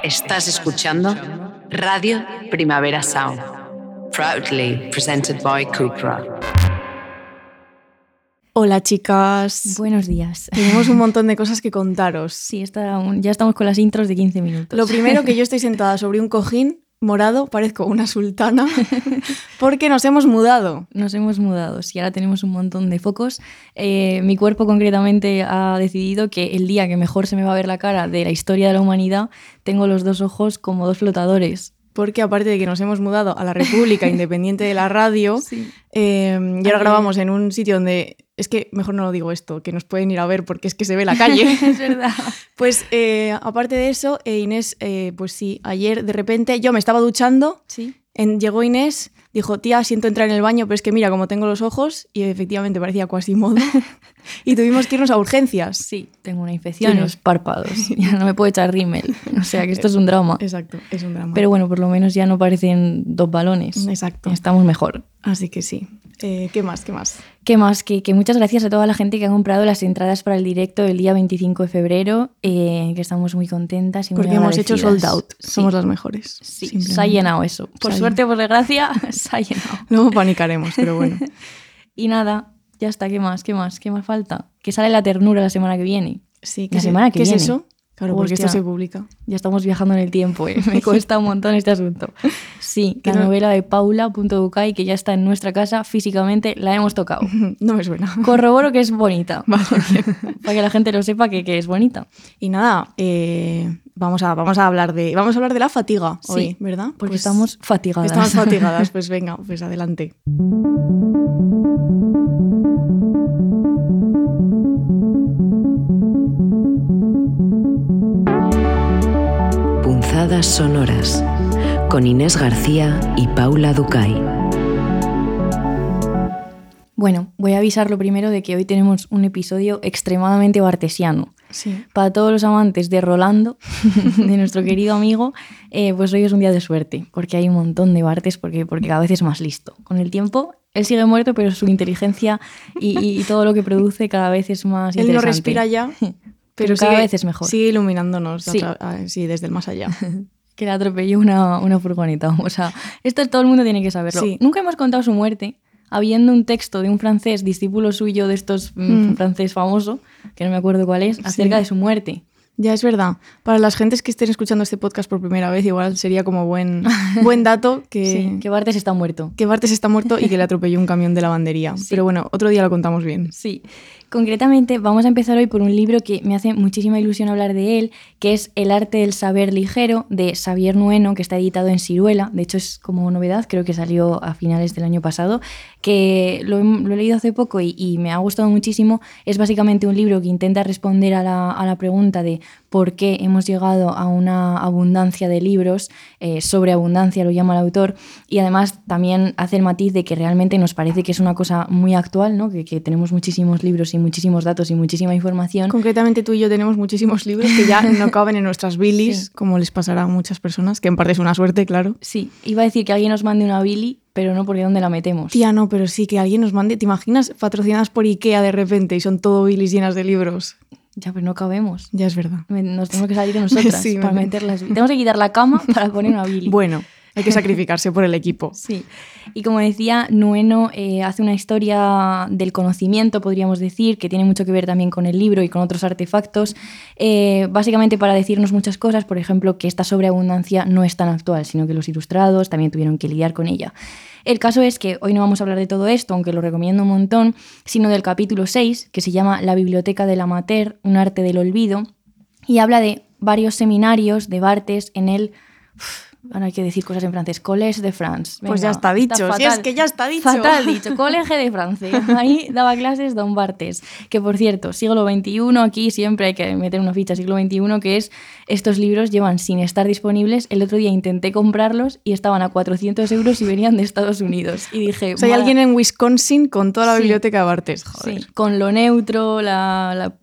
Estás escuchando Radio Primavera Sound, proudly presented by Cupra. Hola chicas. Buenos días. Tenemos un montón de cosas que contaros. Sí, ya estamos con las intros de 15 minutos. Lo primero, que yo estoy sentada sobre un cojín morado, parezco una sultana, porque nos hemos mudado. Nos hemos mudado, sí, ahora tenemos un montón de focos. Mi cuerpo concretamente ha decidido que el día que mejor se me va a ver la cara de la historia de la humanidad, tengo los dos ojos como dos flotadores. Porque aparte de que nos hemos mudado a la República Independiente de la Radio, sí. Y ahora grabamos en un sitio donde... Es que mejor no lo digo esto, que nos pueden ir a ver porque es que se ve la calle. Es verdad. Pues aparte de eso, Inés, pues sí, ayer de repente yo me estaba duchando, sí. Llegó Inés, dijo, tía, siento entrar en el baño, pero es que mira cómo tengo los ojos, y efectivamente parecía Quasimodo, y tuvimos que irnos a urgencias. Sí, tengo una infección en los párpados, ya no me puedo echar rímel, o sea que esto es un drama. Exacto, es un drama. Pero bueno, por lo menos ya no parecen dos balones. Exacto. Estamos mejor. Así que sí. ¿Qué más? ¿Qué más? Que muchas gracias a toda la gente que ha comprado las entradas para el directo del día 25 de febrero, que estamos muy contentas y muy porque hemos agradecidas. hecho sold out. Sí. Somos las mejores. Sí, se ha llenado eso. Por suerte, por desgracia, se ha llenado. Luego panicaremos, pero bueno. Y nada, ya está. ¿Qué más falta? Que sale La Ternura la semana que viene. Sí, la semana que viene. ¿Qué es eso? Claro, porque esto se publica. Ya estamos viajando en el tiempo, me cuesta un montón este asunto. Sí, la novela de Paula.Ducay, que ya está en nuestra casa físicamente, la hemos tocado. No me suena. Corroboro que es bonita. Vale. Para que la gente lo sepa que es bonita. Y nada, vamos a hablar de la fatiga hoy, sí, ¿verdad? Porque pues estamos fatigadas. Estamos fatigadas, pues venga, pues adelante. Punzadas sonoras con Inés García y Paula Ducay. Bueno, voy a avisar lo primero de que hoy tenemos un episodio extremadamente bartesiano. Sí. Para todos los amantes de Rolando, de nuestro querido amigo, pues hoy es un día de suerte, porque hay un montón de Bartes, porque cada vez es más listo. Con el tiempo, él sigue muerto, pero su inteligencia y todo lo que produce cada vez es más interesante. Él no respira ya, pero cada vez es mejor. Sigue iluminándonos sí. Desde el más allá. Que le atropelló una furgoneta. O sea, esto todo el mundo tiene que saberlo. Sí. Nunca hemos contado su muerte, habiendo un texto de un francés, discípulo suyo de estos francés famoso, que no me acuerdo cuál es, acerca de su muerte. Ya, es verdad. Para las gentes que estén escuchando este podcast por primera vez, igual sería como buen dato que Bartes está muerto. Que Bartes está muerto y que le atropelló un camión de lavandería. Sí. Pero bueno, otro día lo contamos bien. Sí. Concretamente, vamos a empezar hoy por un libro que me hace muchísima ilusión hablar de él, que es El arte del saber ligero, de Xavier Nueno, que está editado en Siruela. De hecho, es como novedad, creo que salió a finales del año pasado, que lo he leído hace poco y me ha gustado muchísimo. Es básicamente un libro que intenta responder a la pregunta de por qué hemos llegado a una abundancia de libros, sobreabundancia lo llama el autor, y además también hace el matiz de que realmente nos parece que es una cosa muy actual, ¿no? que tenemos muchísimos libros y muchísimos datos y muchísima información. Concretamente tú y yo tenemos muchísimos libros que ya no caben en nuestras bilis, sí. Como les pasará a muchas personas, que en parte es una suerte, claro. Sí, iba a decir que alguien nos mande una bili, pero no, porque ¿dónde la metemos? Tía, no, pero sí, que alguien nos mande, ¿te imaginas patrocinadas por Ikea de repente y son todo bilis llenas de libros? Ya, pero no cabemos. Ya es verdad. Nos tenemos que salir de nosotras Sí, para meterlas. Tenemos que quitar la cama para poner una bili. Bueno, hay que sacrificarse por el equipo. Sí. Y como decía, Nueno hace una historia del conocimiento, podríamos decir, que tiene mucho que ver también con el libro y con otros artefactos, básicamente para decirnos muchas cosas, por ejemplo, que esta sobreabundancia no es tan actual, sino que los ilustrados también tuvieron que lidiar con ella. El caso es que hoy no vamos a hablar de todo esto, aunque lo recomiendo un montón, sino del capítulo 6, que se llama La biblioteca del amateur, un arte del olvido, y habla de varios seminarios de Barthes en el... Ahora hay que decir cosas en francés. Collège de France. Venga, pues ya está dicho. Está si es que ya está dicho. Fatal dicho. Collège de France. Ahí daba clases don Barthes. Que, por cierto, siglo XXI, aquí siempre hay que meter una ficha siglo XXI, que es estos libros llevan sin estar disponibles. El otro día intenté comprarlos y estaban a 400 euros y venían de Estados Unidos. Y dije... O sea, hay alguien en Wisconsin con toda la biblioteca de Barthes. Joder. Sí, con lo neutro, la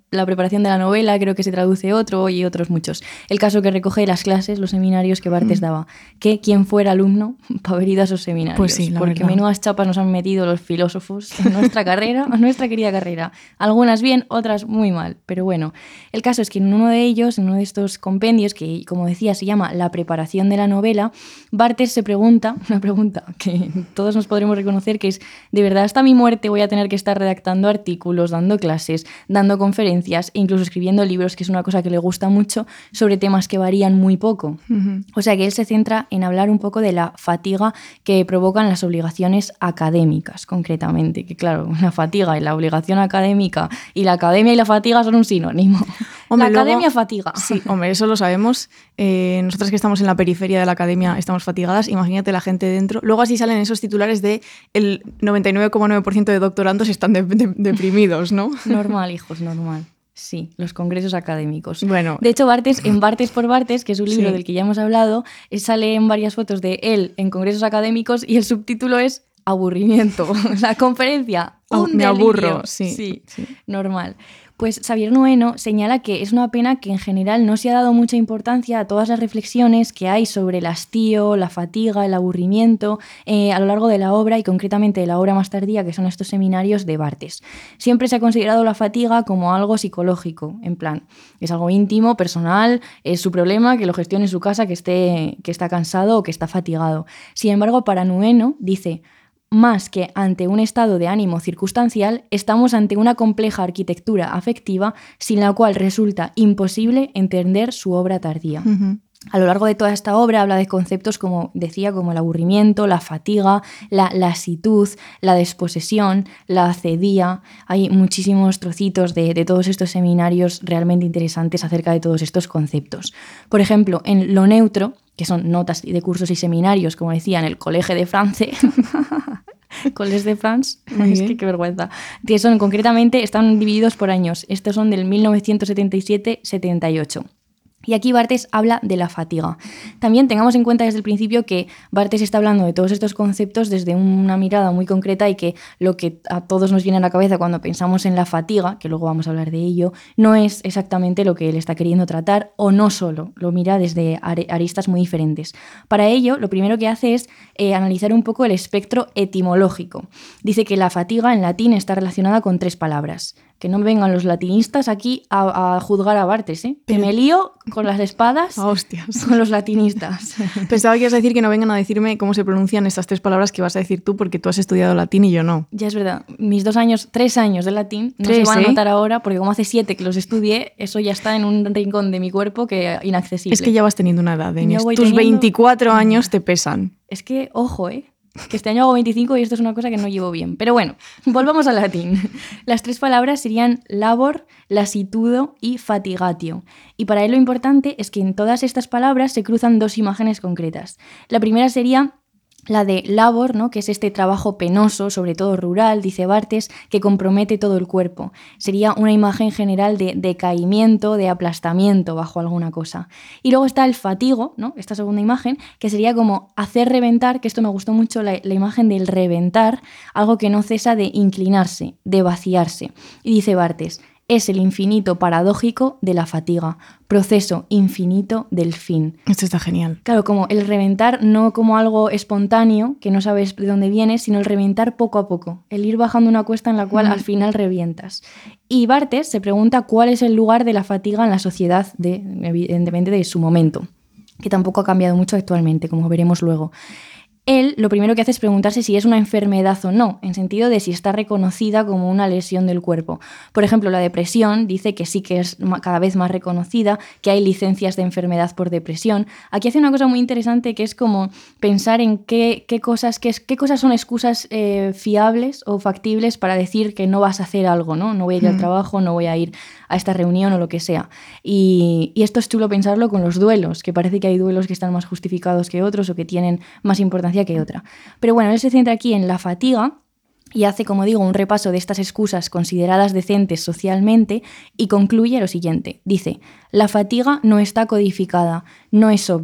la preparación de la novela, creo que se traduce otro y otros muchos. El caso que recoge las clases, los seminarios que Barthes daba. Que quien fuera alumno para haber ido a esos seminarios. Pues sí, la porque verdad. menudas chapas nos han metido los filósofos en nuestra carrera, en nuestra querida carrera. Algunas bien, otras muy mal. Pero bueno, el caso es que en uno de ellos, en uno de estos compendios, que como decía se llama La preparación de la novela, Barthes se pregunta, una pregunta que todos nos podremos reconocer, que es: ¿de verdad hasta mi muerte voy a tener que estar redactando artículos, dando clases, dando conferencias e incluso escribiendo libros, que es una cosa que le gusta mucho, sobre temas que varían muy poco? O sea que él se centra en hablar un poco de la fatiga que provocan las obligaciones académicas, concretamente. Que claro, la fatiga y la obligación académica y la academia y la fatiga son un sinónimo. Hombre, la luego, academia fatiga. Sí, hombre, eso lo sabemos. Nosotras que estamos en la periferia de la academia estamos fatigadas. Imagínate la gente dentro. Luego así salen esos titulares de el 99,9% de doctorandos están deprimidos, ¿no? Normal, hijos, normal. Sí, los congresos académicos. Bueno, de hecho, Barthes, en Barthes por Barthes, que es un libro sí, del que ya hemos hablado, sale en varias fotos de él en congresos académicos y el subtítulo es aburrimiento. La conferencia, un me delirio. aburro, sí. Normal. Pues Xavier Nueno señala que es una pena que en general no se ha dado mucha importancia a todas las reflexiones que hay sobre el hastío, la fatiga, el aburrimiento a lo largo de la obra, y concretamente de la obra más tardía, que son estos seminarios de Barthes. Siempre se ha considerado la fatiga como algo psicológico, en plan, es algo íntimo, personal, es su problema, que lo gestione en su casa, que está cansado o que está fatigado. Sin embargo, para Nueno dice: más que ante un estado de ánimo circunstancial, estamos ante una compleja arquitectura afectiva sin la cual resulta imposible entender su obra tardía. A lo largo de toda esta obra habla de conceptos, como decía, como el aburrimiento, la fatiga, la lasitud, la desposesión, la acedía. Hay muchísimos trocitos de todos estos seminarios realmente interesantes acerca de todos estos conceptos. Por ejemplo, en Lo Neutro, que son notas de cursos y seminarios, como decía, en el Collège de France. Collège de France, es que qué vergüenza. Concretamente están divididos por años. Estos son del 1977-78. Y aquí Barthes habla de la fatiga. También tengamos en cuenta desde el principio que Barthes está hablando de todos estos conceptos desde una mirada muy concreta, y que lo que a todos nos viene a la cabeza cuando pensamos en la fatiga, que luego vamos a hablar de ello, no es exactamente lo que él está queriendo tratar, o no solo, lo mira desde aristas muy diferentes. Para ello, lo primero que hace es analizar un poco el espectro etimológico. Dice que la fatiga en latín está relacionada con 3 palabras. Que no me vengan los latinistas aquí a juzgar a Barthes, ¿eh? Que me lío con las espadas hostias, con los latinistas. Pensaba que ibas a decir que no vengan a decirme cómo se pronuncian estas 3 palabras que vas a decir tú, porque tú has estudiado latín y yo no. Ya es verdad, mis 3 años de latín no 3, se van a notar ahora, porque como hace 7 que los estudié, eso ya está en un rincón de mi cuerpo que inaccesible. Es que ya vas teniendo una edad, Denis. Tus teniendo... 24 años te pesan. Es que, ojo, que este año hago 25 y esto es una cosa que no llevo bien. Pero bueno, volvamos al latín. Las 3 palabras serían labor, lasitudo y fatigatio. Y para él lo importante es que en todas estas palabras se cruzan 2 imágenes concretas. La primera sería la de labor, ¿no? Que es este trabajo penoso, sobre todo rural, dice Barthes, que compromete todo el cuerpo. Sería una imagen general de decaimiento, de aplastamiento bajo alguna cosa. Y luego está el fatigo, ¿no? Esta segunda imagen, que sería como hacer reventar, que esto me gustó mucho, la imagen del reventar, algo que no cesa de inclinarse, de vaciarse. Y dice Barthes: es el infinito paradójico de la fatiga, proceso infinito del fin. Esto está genial. Claro, como el reventar no como algo espontáneo, que no sabes de dónde viene, sino el reventar poco a poco, el ir bajando una cuesta en la cual al final revientas. Y Barthes se pregunta cuál es el lugar de la fatiga en la sociedad, evidentemente de su momento, que tampoco ha cambiado mucho actualmente, como veremos luego. Él lo primero que hace es preguntarse si es una enfermedad o no, en sentido de si está reconocida como una lesión del cuerpo. Por ejemplo, la depresión dice que sí que es cada vez más reconocida, que hay licencias de enfermedad por depresión. Aquí hace una cosa muy interesante, que es como pensar en qué cosas son excusas fiables o factibles para decir que no vas a hacer algo, ¿no? No voy a ir al trabajo, no voy a ir a esta reunión o lo que sea. Y esto es chulo pensarlo con los duelos, que parece que hay duelos que están más justificados que otros o que tienen más importancia que otra. Pero bueno, él se centra aquí en la fatiga y hace, como digo, un repaso de estas excusas consideradas decentes socialmente y concluye lo siguiente. Dice: la fatiga no está codificada, no es obvia.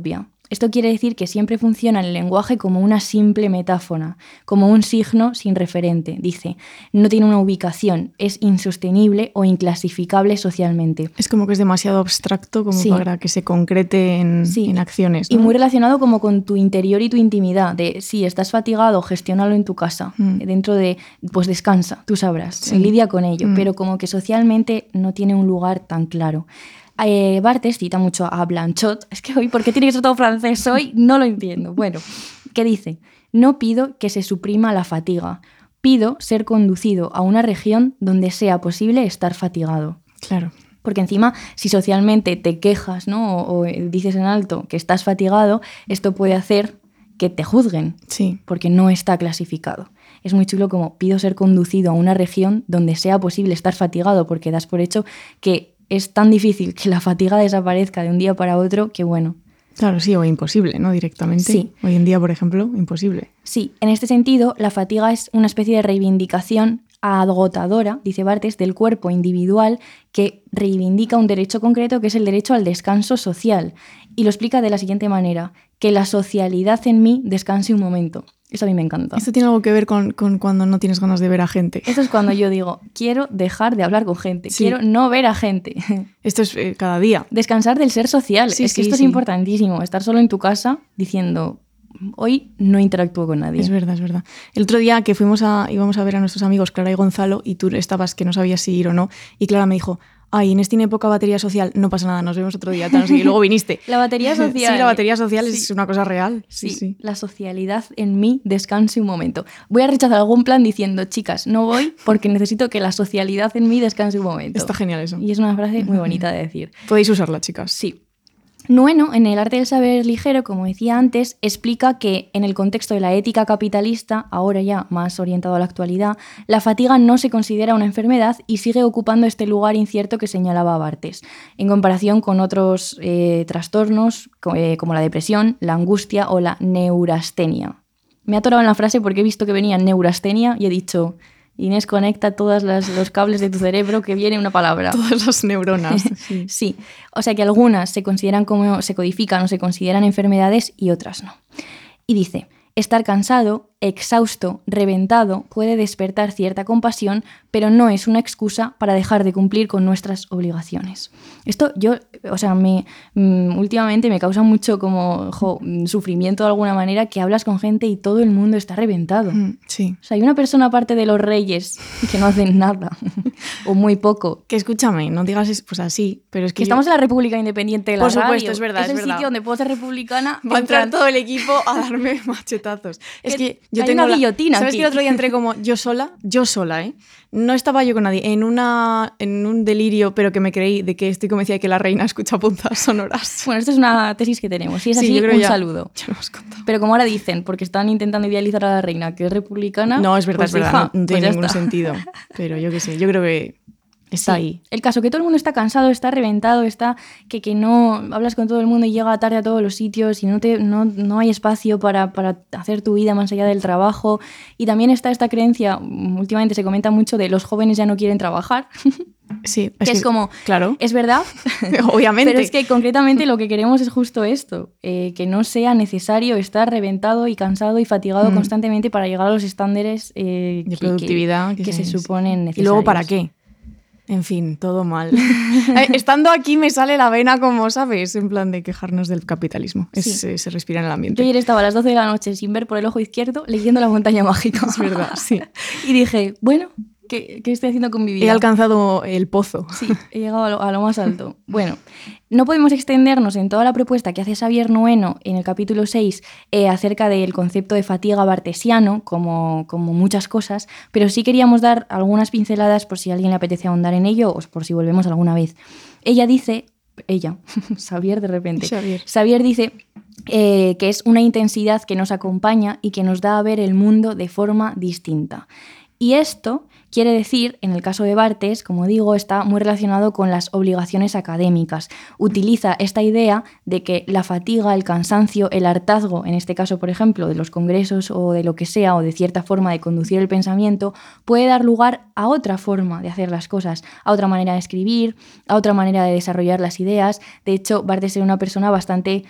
Esto quiere decir que siempre funciona en el lenguaje como una simple metáfora, como un signo sin referente. Dice, no tiene una ubicación, es insostenible o inclasificable socialmente. Es como que es demasiado abstracto como Sí. para que se concrete en acciones, ¿no? Y muy relacionado como con tu interior y tu intimidad, de si estás fatigado, gestiónalo en tu casa, dentro de, pues descansa, tú sabrás, Sí. lidia con ello, pero como que socialmente no tiene un lugar tan claro. Barthes cita mucho a Blanchot, es que hoy, ¿por qué tiene que ser todo francés hoy? No lo entiendo. Bueno, ¿qué dice? No pido que se suprima la fatiga, pido ser conducido a una región donde sea posible estar fatigado. Claro. Porque encima, si socialmente te quejas, ¿no? o dices en alto que estás fatigado, esto puede hacer que te juzguen, Sí. porque no está clasificado. Es muy chulo como pido ser conducido a una región donde sea posible estar fatigado, porque das por hecho que es tan difícil que la fatiga desaparezca de un día para otro que bueno. Claro, sí, o imposible, ¿no? Directamente. Sí. Hoy en día, por ejemplo, imposible. Sí, en este sentido, la fatiga es una especie de reivindicación agotadora, dice Barthes, del cuerpo individual que reivindica un derecho concreto que es el derecho al descanso social. Y lo explica de la siguiente manera, que la socialidad en mí descanse un momento. Eso a mí me encanta. Esto tiene algo que ver con cuando no tienes ganas de ver a gente. Esto es cuando yo digo, quiero dejar de hablar con gente, Sí. quiero no ver a gente. Esto es cada día. Descansar del ser social. Sí, es que sí, esto sí. es importantísimo. Estar solo en tu casa diciendo, hoy no interactúo con nadie. Es verdad, es verdad. El otro día que íbamos a ver a nuestros amigos Clara y Gonzalo y tú estabas que no sabías si ir o no y Clara me dijo, ay, en tiene poca batería social, no pasa nada, nos vemos otro día. Tal, y luego viniste. La batería social. Sí, la batería social Sí. es una cosa real. Sí, Sí, sí. la socialidad en mí descanse un momento. Voy a rechazar algún plan diciendo, chicas, no voy porque necesito que la socialidad en mí descanse un momento. Está genial eso. Y es una frase muy bonita de decir. Podéis usarla, chicas. Sí. Nueno, en el arte del saber ligero, como decía antes, explica que en el contexto de la ética capitalista, ahora ya más orientado a la actualidad, la fatiga no se considera una enfermedad y sigue ocupando este lugar incierto que señalaba Barthes, en comparación con otros trastornos como la depresión, la angustia o la neurastenia. Me he atorado en la frase porque he visto que venía neurastenia y he dicho, Inés, conecta todos los cables de tu cerebro que viene una palabra. Todas las neuronas. Sí. Sí, o sea que algunas se consideran como, se codifican o se consideran enfermedades y otras no. Y dice, estar cansado, exhausto, reventado puede despertar cierta compasión, pero no es una excusa para dejar de cumplir con nuestras obligaciones. Esto yo, o sea, últimamente me causa mucho como sufrimiento de alguna manera que hablas con gente y todo el mundo está reventado. Sí. O sea, hay una persona aparte de los reyes que no hacen nada o muy poco. Que escúchame, no digas pues así, pero es que Estamos en la República Independiente de la Por supuesto, radio. es verdad, Es el es verdad. sitio donde puedo ser republicana. va a entrar en plan, todo el equipo a darme machetazos. Es que yo hay tengo una guillotina ¿Sabes aquí. que el otro día entré como yo sola, ¿eh? No estaba yo con nadie, en un delirio, pero que me creí de que estoy convencida de que la reina escucha puntas sonoras. Bueno, esto es una tesis que tenemos. Si es Sí, así, yo creo un ya- saludo. Ya lo hemos contado. Pero como ahora dicen, porque están intentando idealizar a la reina, que es republicana. No, es verdad, pues, es verdad, hija, no pues tiene ya ningún está. sentido. Pero yo qué sé, yo creo que está Sí. ahí. El caso, que todo el mundo está cansado, está reventado, está que no hablas con todo el mundo y llega tarde a todos los sitios y no hay espacio para hacer tu vida más allá del trabajo. Y también está esta creencia, últimamente se comenta mucho de los jóvenes ya no quieren trabajar, Sí, que es como, claro, es verdad, obviamente. pero es que concretamente lo que queremos es justo esto, que no sea necesario estar reventado y cansado y fatigado constantemente para llegar a los estándares de productividad que se sí. suponen necesarios. ¿Y luego para qué? En fin, todo mal. Estando aquí me sale la vena como, ¿sabes? En plan de quejarnos del capitalismo. Sí. Se respira en el Yo ambiente. ayer estaba a las 12 de la noche sin ver por el ojo izquierdo leyendo La montaña mágica. Es verdad, sí. Y dije, bueno, ¿qué estoy haciendo con mi vida? He alcanzado el pozo. Sí, he llegado a lo más alto. Bueno, no podemos extendernos en toda la propuesta que hace Xavier Nueno en el capítulo 6 acerca del concepto de fatiga bartesiano, como muchas cosas, pero sí queríamos dar algunas pinceladas por si a alguien le apetece ahondar en ello o por si volvemos alguna vez. Xavier de repente. Xavier dice que es una intensidad que nos acompaña y que nos da a ver el mundo de forma distinta. Y esto Quiere decir, en el caso de Barthes, como digo, está muy relacionado con las obligaciones académicas. Utiliza esta idea de que la fatiga, el cansancio, el hartazgo, en este caso, por ejemplo, de los congresos o de lo que sea, o de cierta forma de conducir el pensamiento, puede dar lugar a otra forma de hacer las cosas, a otra manera de escribir, a otra manera de desarrollar las ideas. De hecho, Barthes era una persona bastante,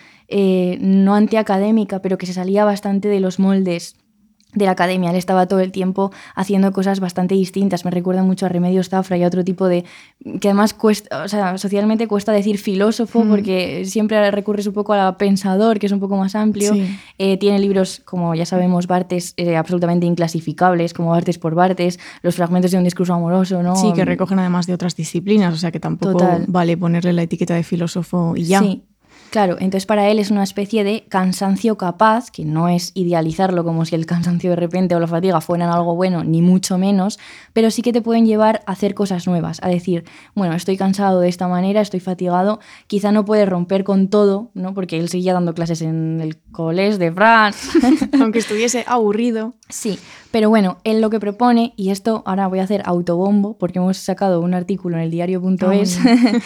no antiacadémica, pero que se salía bastante de los moldes de la academia. Él estaba todo el tiempo haciendo cosas bastante distintas. Me recuerda mucho a Remedios Zafra y a otro tipo de... que además cuesta, o sea, socialmente cuesta decir filósofo porque siempre recurres un poco a pensador, que es un poco más amplio. Sí. Tiene libros, como ya sabemos, Barthes, absolutamente inclasificables, como Barthes por Barthes, los fragmentos de un discurso amoroso, ¿no? Sí, que recogen además de otras disciplinas, o sea que tampoco vale ponerle la etiqueta de filósofo y ya. Sí. Claro, entonces para él es una especie de cansancio capaz, que no es idealizarlo como si el cansancio de repente o la fatiga fueran algo bueno, ni mucho menos, pero sí que te pueden llevar a hacer cosas nuevas, a decir, bueno, estoy cansado de esta manera, estoy fatigado, quizá no puede romper con todo, ¿no? Porque él seguía dando clases en el Collège de France. Aunque estuviese aburrido. Sí, pero bueno, él lo que propone, y esto ahora voy a hacer autobombo, porque hemos sacado un artículo en el diario.es,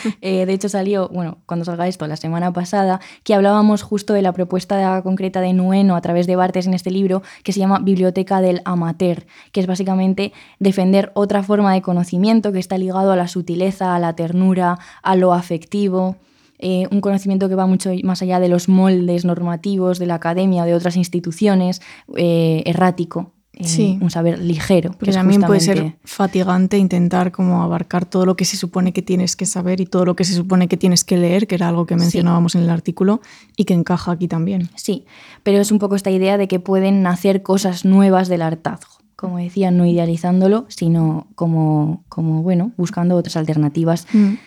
de hecho salió, bueno, cuando salga esto, la semana pasada, que hablábamos justo de la propuesta concreta de Nueno a través de Barthes en este libro, que se llama Biblioteca del Amateur, que es básicamente defender otra forma de conocimiento que está ligado a la sutileza, a la ternura, a lo afectivo. Un conocimiento que va mucho más allá de los moldes normativos de la academia o de otras instituciones, errático. Sí. Un saber ligero. Porque también puede ser fatigante intentar como abarcar todo lo que se supone que tienes que saber y todo lo que se supone que tienes que leer, que era algo que mencionábamos en el artículo y que encaja aquí también. Sí, pero es un poco esta idea de que pueden nacer cosas nuevas del hartazgo. Como decía, no idealizándolo, sino como bueno, buscando otras alternativas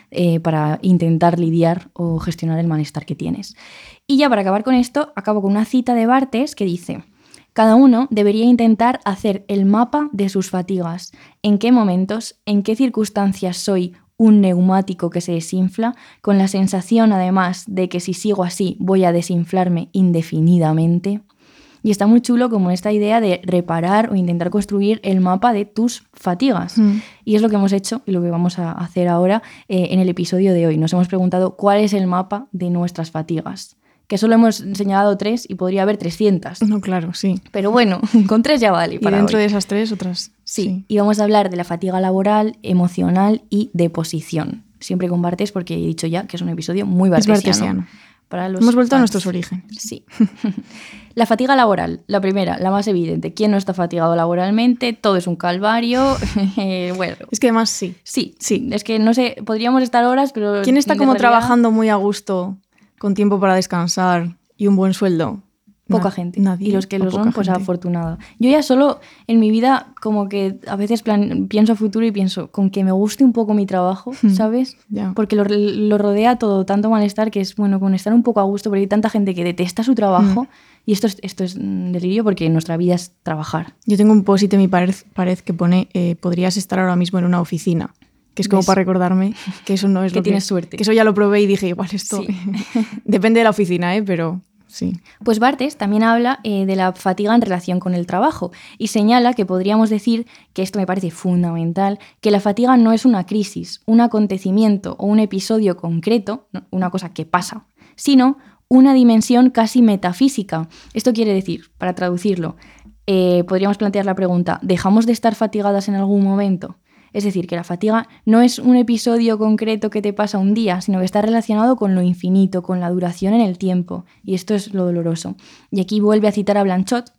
para intentar lidiar o gestionar el malestar que tienes. Y ya para acabar con esto, acabo con una cita de Barthes que dice: cada uno debería intentar hacer el mapa de sus fatigas. ¿En qué momentos, en qué circunstancias soy un neumático que se desinfla, con la sensación además de que si sigo así voy a desinflarme indefinidamente? Y está muy chulo como esta idea de reparar o intentar construir el mapa de tus fatigas. Y es lo que hemos hecho y lo que vamos a hacer ahora en el episodio de hoy. Nos hemos preguntado cuál es el mapa de nuestras fatigas. Que solo hemos señalado 3 y podría haber 300. No, claro, sí. Pero bueno, con 3 ya vale. Y dentro de esas 3, otras. Sí, y vamos a hablar de la fatiga laboral, emocional y de posición. Siempre con Barthes, porque he dicho ya que es un episodio muy barthesiano. Hemos vuelto a nuestros orígenes. Sí. La fatiga laboral, la primera, la más evidente. ¿Quién no está fatigado laboralmente? Todo es un calvario. Bueno. Es que además sí. Sí. Es que no sé, podríamos estar horas, pero... ¿Quién está como trabajando muy a gusto, con tiempo para descansar y un buen sueldo? Poca gente. Nadie. Y los que lo son, pues afortunada. Yo ya solo en mi vida como que a veces pienso a futuro y pienso con que me guste un poco mi trabajo, ¿sabes? Yeah. Porque lo rodea todo, tanto malestar, que es bueno con estar un poco a gusto, porque hay tanta gente que detesta su trabajo y esto es delirio porque nuestra vida es trabajar. Yo tengo un post-it en mi pared que pone podrías estar ahora mismo en una oficina. Que es como ¿ves? Para recordarme que eso no es que lo tienes suerte. Que eso ya lo probé y dije, igual esto... Sí. Depende de la oficina, pero... Sí. Pues Barthes también habla de la fatiga en relación con el trabajo y señala que podríamos decir, que esto me parece fundamental, que la fatiga no es una crisis, un acontecimiento o un episodio concreto, una cosa que pasa, sino una dimensión casi metafísica. Esto quiere decir, para traducirlo, podríamos plantear la pregunta, ¿dejamos de estar fatigadas en algún momento? Es decir, que la fatiga no es un episodio concreto que te pasa un día, sino que está relacionado con lo infinito, con la duración en el tiempo. Y esto es lo doloroso. Y aquí vuelve a citar a Blanchot,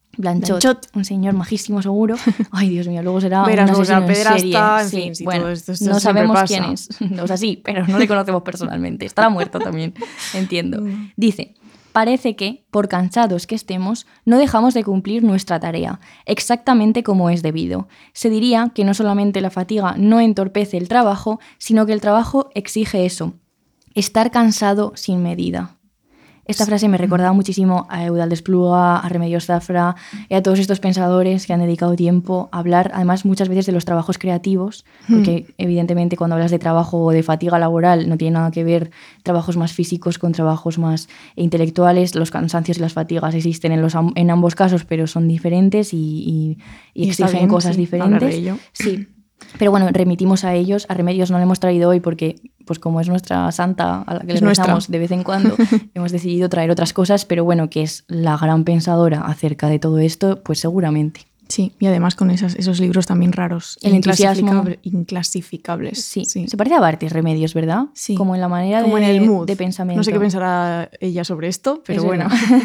un señor majísimo seguro. Ay, Dios mío, luego será un asesino en serie. En fin, sí, bueno, todo esto no sabemos quién es. O sea, sí, pero no le conocemos personalmente. Estará muerto también, entiendo. Dice... Parece que, por cansados que estemos, no dejamos de cumplir nuestra tarea, exactamente como es debido. Se diría que no solamente la fatiga no entorpece el trabajo, sino que el trabajo exige eso, estar cansado sin medida. Esta frase me recordaba muchísimo a Eudald Espluga, a Remedios Zafra y a todos estos pensadores que han dedicado tiempo a hablar, además muchas veces de los trabajos creativos, porque evidentemente cuando hablas de trabajo o de fatiga laboral no tiene nada que ver trabajos más físicos con trabajos más intelectuales. Los cansancios y las fatigas existen en ambos casos, pero son diferentes y exigen bien, cosas diferentes. Hablar de ello. Sí. Pero bueno, remitimos a ellos. A Remedios no le hemos traído hoy porque, pues como es nuestra santa a la que le rezamos de vez en cuando, hemos decidido traer otras cosas, pero bueno, que es la gran pensadora acerca de todo esto, pues seguramente. Sí, y además con esos libros también raros. El entusiasmo. Inclasificables. Sí. Se parece a Barthes, Remedios, ¿verdad? Sí. Como en la manera como en el mood de pensamiento. No sé qué pensará ella sobre esto, pero bueno.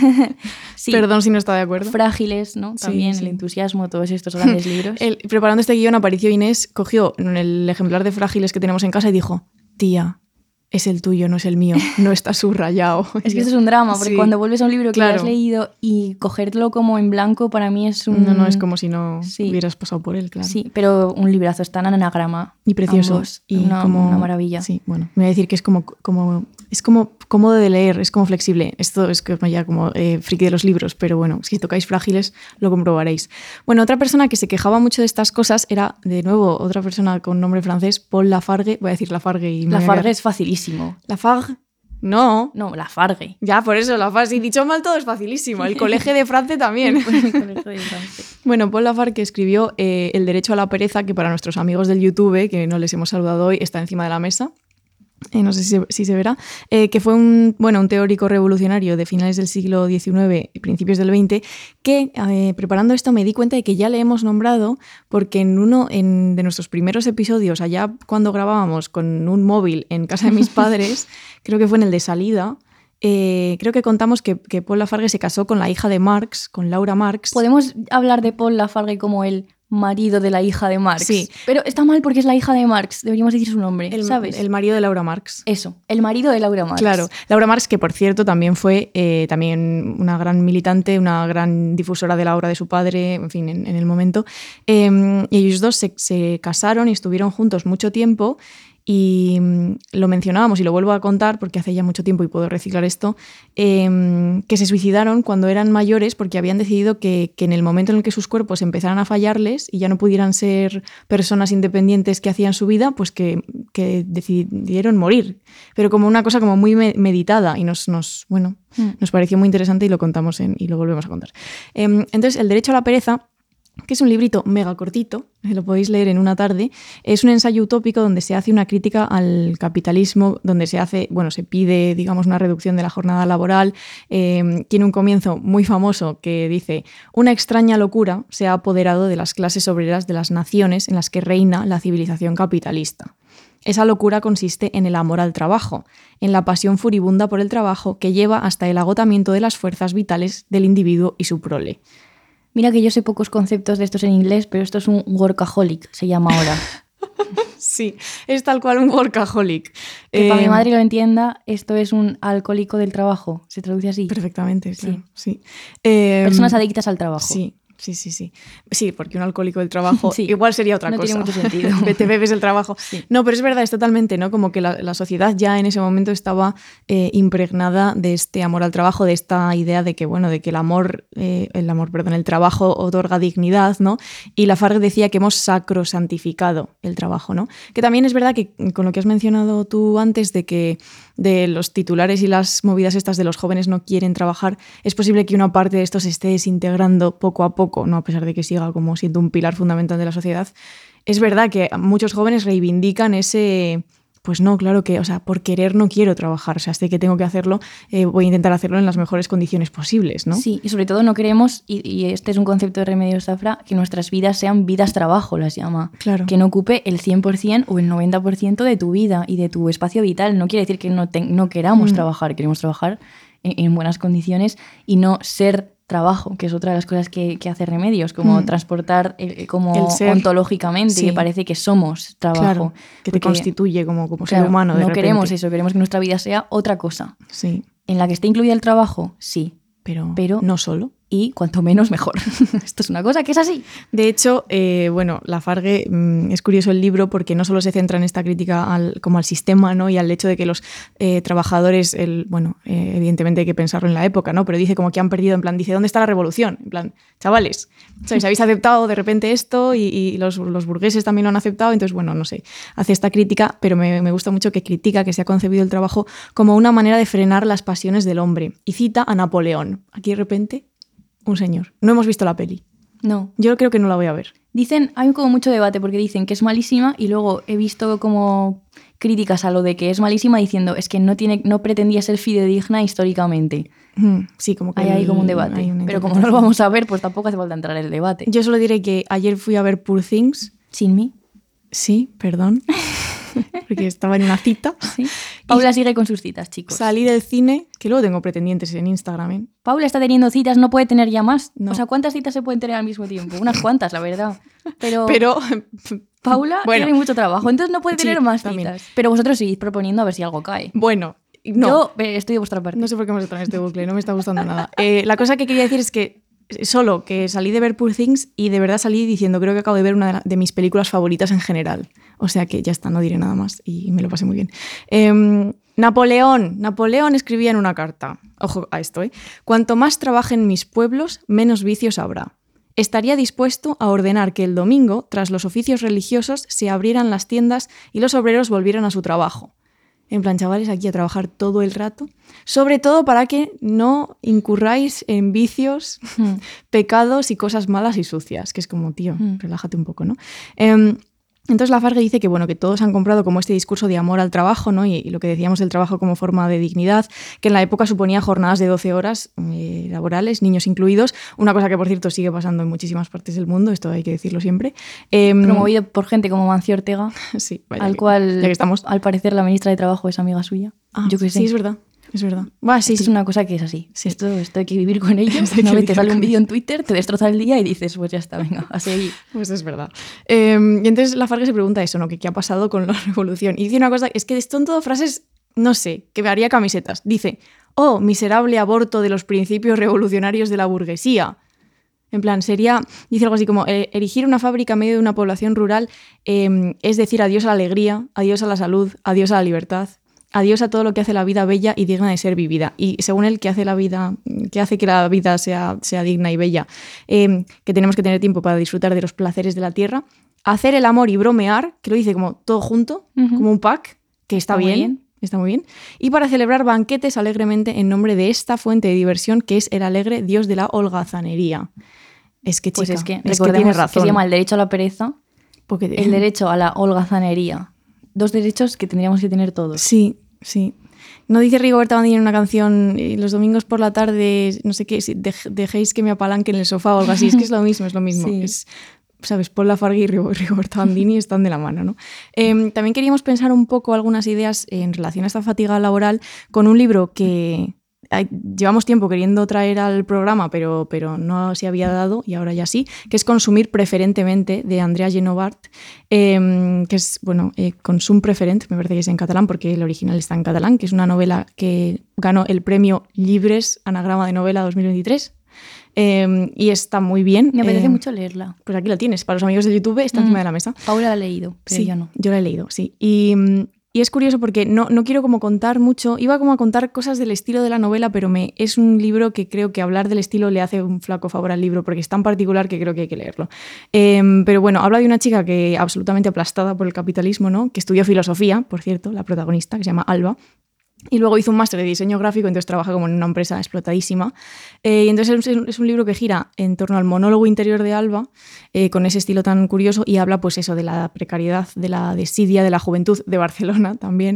Sí. Perdón si no está de acuerdo. Frágiles, ¿no? También el entusiasmo, todos estos grandes libros. Preparando este guión apareció Inés, cogió el ejemplar de Frágiles que tenemos en casa y dijo, tía, es el tuyo, no es el mío, no está subrayado. Es que esto es un drama, porque cuando vuelves a un libro que ya has leído y cogerlo como en blanco, para mí es un... No, es como si no hubieras pasado por él, claro. Sí, pero un librazo, está en anagrama. Y precioso. Ambos, y una maravilla. Sí, bueno, me voy a decir que es como cómodo de leer, es como flexible. Esto es como ya como friki de los libros, pero bueno, si tocáis Frágiles lo comprobaréis. Bueno, otra persona que se quejaba mucho de estas cosas era, de nuevo, otra persona con nombre francés, Paul Lafargue. Voy a decir Lafargue y... Lafargue es facilísimo. Lafargue. No, Lafargue. Ya, por eso, Lafargue. Si dicho mal todo es facilísimo. El Colegio de France también. Bueno, Paul Lafargue escribió El derecho a la pereza, que para nuestros amigos del YouTube, que no les hemos saludado hoy, está encima de la mesa. No sé si se verá, que fue un teórico revolucionario de finales del siglo XIX y principios del XX, que preparando esto me di cuenta de que ya le hemos nombrado porque en uno de nuestros primeros episodios, allá cuando grabábamos con un móvil en casa de mis padres, creo que fue en el de salida, creo que contamos que Paul Lafargue se casó con la hija de Marx, con Laura Marx. ¿Podemos hablar de Paul Lafargue como el marido de la hija de Marx? Sí. Pero está mal porque es la hija de Marx, deberíamos decir su nombre, ¿sabes? El marido de Laura Marx. Eso, el marido de Laura Marx. Claro, Laura Marx, que por cierto también fue también una gran militante, una gran difusora de la obra de su padre, en fin, en el momento. Y ellos dos se casaron y estuvieron juntos mucho tiempo. Y lo mencionábamos y lo vuelvo a contar porque hace ya mucho tiempo y puedo reciclar esto, que se suicidaron cuando eran mayores porque habían decidido que en el momento en el que sus cuerpos empezaran a fallarles y ya no pudieran ser personas independientes que hacían su vida, pues que decidieron morir. Pero como una cosa como muy meditada y nos pareció muy interesante y lo contamos y lo volvemos a contar. Entonces, El derecho a la pereza, que es un librito mega cortito, lo podéis leer en una tarde, es un ensayo utópico donde se hace una crítica al capitalismo, donde se pide, digamos, una reducción de la jornada laboral. Tiene un comienzo muy famoso que dice: una extraña locura se ha apoderado de las clases obreras de las naciones en las que reina la civilización capitalista. Esa locura consiste en el amor al trabajo, en la pasión furibunda por el trabajo que lleva hasta el agotamiento de las fuerzas vitales del individuo y su prole. Mira que yo sé pocos conceptos de estos en inglés, pero esto es un workaholic, se llama ahora. Sí, es tal cual un workaholic. Que para mi madre lo entienda, esto es un alcohólico del trabajo, se traduce así. Perfectamente, claro, sí. Personas adictas al trabajo. Sí. Sí, porque un alcohólico del trabajo igual sería otra cosa. No tiene mucho sentido. Te bebes el trabajo. Sí. No, pero es verdad, es totalmente, ¿no? Como que la sociedad ya en ese momento estaba impregnada de este amor al trabajo, de esta idea de que, el trabajo otorga dignidad, ¿no? Y Lafargue decía que hemos sacrosantificado el trabajo, ¿no? Que también es verdad que con lo que has mencionado tú antes de los titulares y las movidas estas de los jóvenes no quieren trabajar, es posible que una parte de esto se esté desintegrando poco a poco, ¿no? A pesar de que siga como siendo un pilar fundamental de la sociedad. Es verdad que muchos jóvenes reivindican ese... Pues no, claro que, por querer no quiero trabajar, sé que tengo que hacerlo, voy a intentar hacerlo en las mejores condiciones posibles, ¿no? Sí, y sobre todo no queremos, y este es un concepto de Remedios Zafra, que nuestras vidas sean vidas-trabajo, las llama. Claro. Que no ocupe el 100% o el 90% de tu vida y de tu espacio vital. No quiere decir que no queramos trabajar, queremos trabajar en buenas condiciones y no ser trabajo, que es otra de las cosas que hace Remedios, como transportar como el ser, ontológicamente, que parece que somos trabajo. Claro, que te constituye como ser humano. No queremos eso, queremos que nuestra vida sea otra cosa. Sí. En la que esté incluida el trabajo, sí. Pero no solo. y cuanto menos mejor. Esto es una cosa que es así. De hecho, Lafargue, es curioso el libro porque no solo se centra en esta crítica como al sistema, ¿no? Y al hecho de que los trabajadores, evidentemente hay que pensarlo en la época, ¿no? Pero dice como que han perdido, en plan, dice, ¿dónde está la revolución? En plan, chavales, ¿sabéis? Habéis aceptado de repente esto y los burgueses también lo han aceptado, entonces, bueno, no sé, hace esta crítica, pero me gusta mucho que critica que se ha concebido el trabajo como una manera de frenar las pasiones del hombre. Y cita a Napoleón. Aquí de repente, un señor. No hemos visto la peli. No. Yo creo que no la voy a ver. Dicen, hay como mucho debate porque dicen que es malísima y luego he visto como críticas a lo de que es malísima diciendo es que no pretendía ser fidedigna históricamente. Sí, como que hay como un debate. Pero como no lo vamos a ver, pues tampoco hace falta entrar en el debate. Yo solo diré que ayer fui a ver Poor Things. ¿Sin mí? Sí, perdón. Porque estaba en una cita. Sí. Paula sigue con sus citas, chicos. Salí del cine, que luego tengo pretendientes en Instagram, ¿eh? Paula está teniendo citas, no puede tener ya más. No. O sea, ¿cuántas citas se pueden tener al mismo tiempo? Unas cuantas, la verdad. Pero Paula tiene mucho trabajo, entonces no puede tener más citas. Pero vosotros seguís proponiendo a ver si algo cae. Bueno, no. Yo estoy de vuestra parte. No sé por qué hemos estado en este bucle, no me está gustando nada. La cosa que quería decir es que solo que salí de ver Poor Things y de verdad salí diciendo creo que acabo de ver una de mis películas favoritas en general. O sea que ya está, no diré nada más y me lo pasé muy bien. Napoleón escribía en una carta, ojo a esto, cuanto más trabajen mis pueblos, menos vicios habrá. Estaría dispuesto a ordenar que el domingo, tras los oficios religiosos, se abrieran las tiendas y los obreros volvieran a su trabajo. En plan, chavales, aquí a trabajar todo el rato. Sobre todo para que no incurráis en vicios, pecados y cosas malas y sucias. Que es como, tío, relájate un poco, ¿no? Entonces Lafargue dice que, bueno, que todos han comprado como este discurso de amor al trabajo, ¿no? Y lo que decíamos del trabajo como forma de dignidad, que en la época suponía jornadas de 12 horas laborales, niños incluidos, una cosa que, por cierto, sigue pasando en muchísimas partes del mundo, esto hay que decirlo siempre. Promovido por gente como Mancio Ortega, sí, cual, ya que estamos. Al parecer, la ministra de Trabajo es amiga suya. Yo qué sé. Sí, es verdad. Es verdad. Sí. Es una cosa que es así. Sí. Esto hay que vivir con ello. Una vez te sale un vídeo en Twitter, te destroza el día y dices, pues ya está, venga, a seguir. Pues es verdad. Y entonces Lafargue se pregunta eso, ¿no? ¿Qué ha pasado con la revolución? Y dice una cosa, es que son todo frases, no sé, que me haría camisetas. Dice, oh, miserable aborto de los principios revolucionarios de la burguesía. En plan, dice algo así como, erigir una fábrica en medio de una población rural es decir adiós a la alegría, adiós a la salud, adiós a la libertad. Adiós a todo lo que hace la vida bella y digna de ser vivida. Y según él, ¿qué hace que la vida sea digna y bella? Que tenemos que tener tiempo para disfrutar de los placeres de la tierra. Hacer el amor y bromear, que lo dice como todo junto, como un pack, que está bien. Está muy bien. Y para celebrar banquetes alegremente en nombre de esta fuente de diversión que es el alegre dios de la holgazanería. Es que, chica, pues recordemos tiene razón. Que se llama el derecho a la pereza, el derecho a la holgazanería. Dos derechos que tendríamos que tener todos. Sí. Sí. ¿No dice Rigoberta Bandini en una canción los domingos por la tarde, no sé qué, dejéis que me apalanque en el sofá o algo así? Es que es lo mismo. Sí. ¿Sabes? Paul Lafargue y Rigoberta Bandini están de la mano, ¿no? También queríamos pensar un poco algunas ideas en relación a esta fatiga laboral con un libro que llevamos tiempo queriendo traer al programa, pero no se había dado y ahora ya sí, que es Consumir preferentemente, de Andrea Genovart, que es, Consum preferent, me parece que es en catalán, porque el original está en catalán, que es una novela que ganó el premio Llibres, anagrama de novela 2023. Y está muy bien. Me apetece mucho leerla. Pues aquí la tienes, para los amigos de YouTube está encima de la mesa. Paula la ha leído, pero sí, yo no. Yo la he leído, sí. Y es curioso porque no quiero como contar mucho, iba como a contar cosas del estilo de la novela, pero es un libro que creo que hablar del estilo le hace un flaco favor al libro porque es tan particular que creo que hay que leerlo. Pero bueno, habla de una chica que absolutamente aplastada por el capitalismo, ¿no? Que estudió filosofía, por cierto, la protagonista, que se llama Alba. Y luego hizo un máster de diseño gráfico, entonces trabaja como en una empresa explotadísima. Y entonces es un libro que gira en torno al monólogo interior de Alba, con ese estilo tan curioso, y habla pues eso de la precariedad, de la desidia, de la juventud de Barcelona también.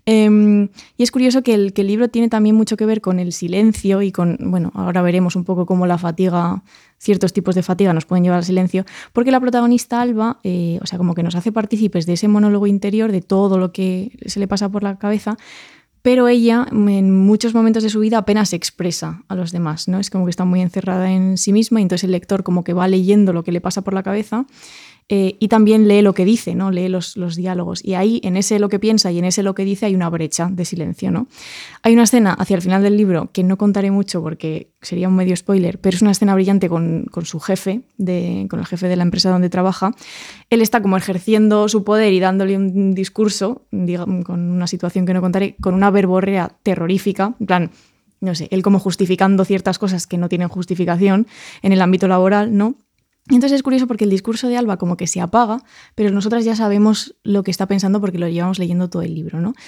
Y es curioso que el libro tiene también mucho que ver con el silencio y con, ahora veremos un poco cómo la fatiga, ciertos tipos de fatiga nos pueden llevar al silencio, porque la protagonista Alba, como que nos hace partícipes de ese monólogo interior, de todo lo que se le pasa por la cabeza, pero ella en muchos momentos de su vida apenas se expresa a los demás, ¿no? Es como que está muy encerrada en sí misma y entonces el lector como que va leyendo lo que le pasa por la cabeza y también lee lo que dice, ¿no? Lee los diálogos. Y ahí, en ese lo que piensa y en ese lo que dice, hay una brecha de silencio, ¿no? Hay una escena hacia el final del libro que no contaré mucho porque sería un medio spoiler, pero es una escena brillante con su jefe, con el jefe de la empresa donde trabaja. Él está como ejerciendo su poder y dándole un discurso, digamos, con una situación que no contaré, con una verborrea terrorífica, en plan, no sé, él como justificando ciertas cosas que no tienen justificación en el ámbito laboral, ¿no? Y entonces es curioso porque el discurso de Alba como que se apaga, pero nosotras ya sabemos lo que está pensando porque lo llevamos leyendo todo el libro, ¿no?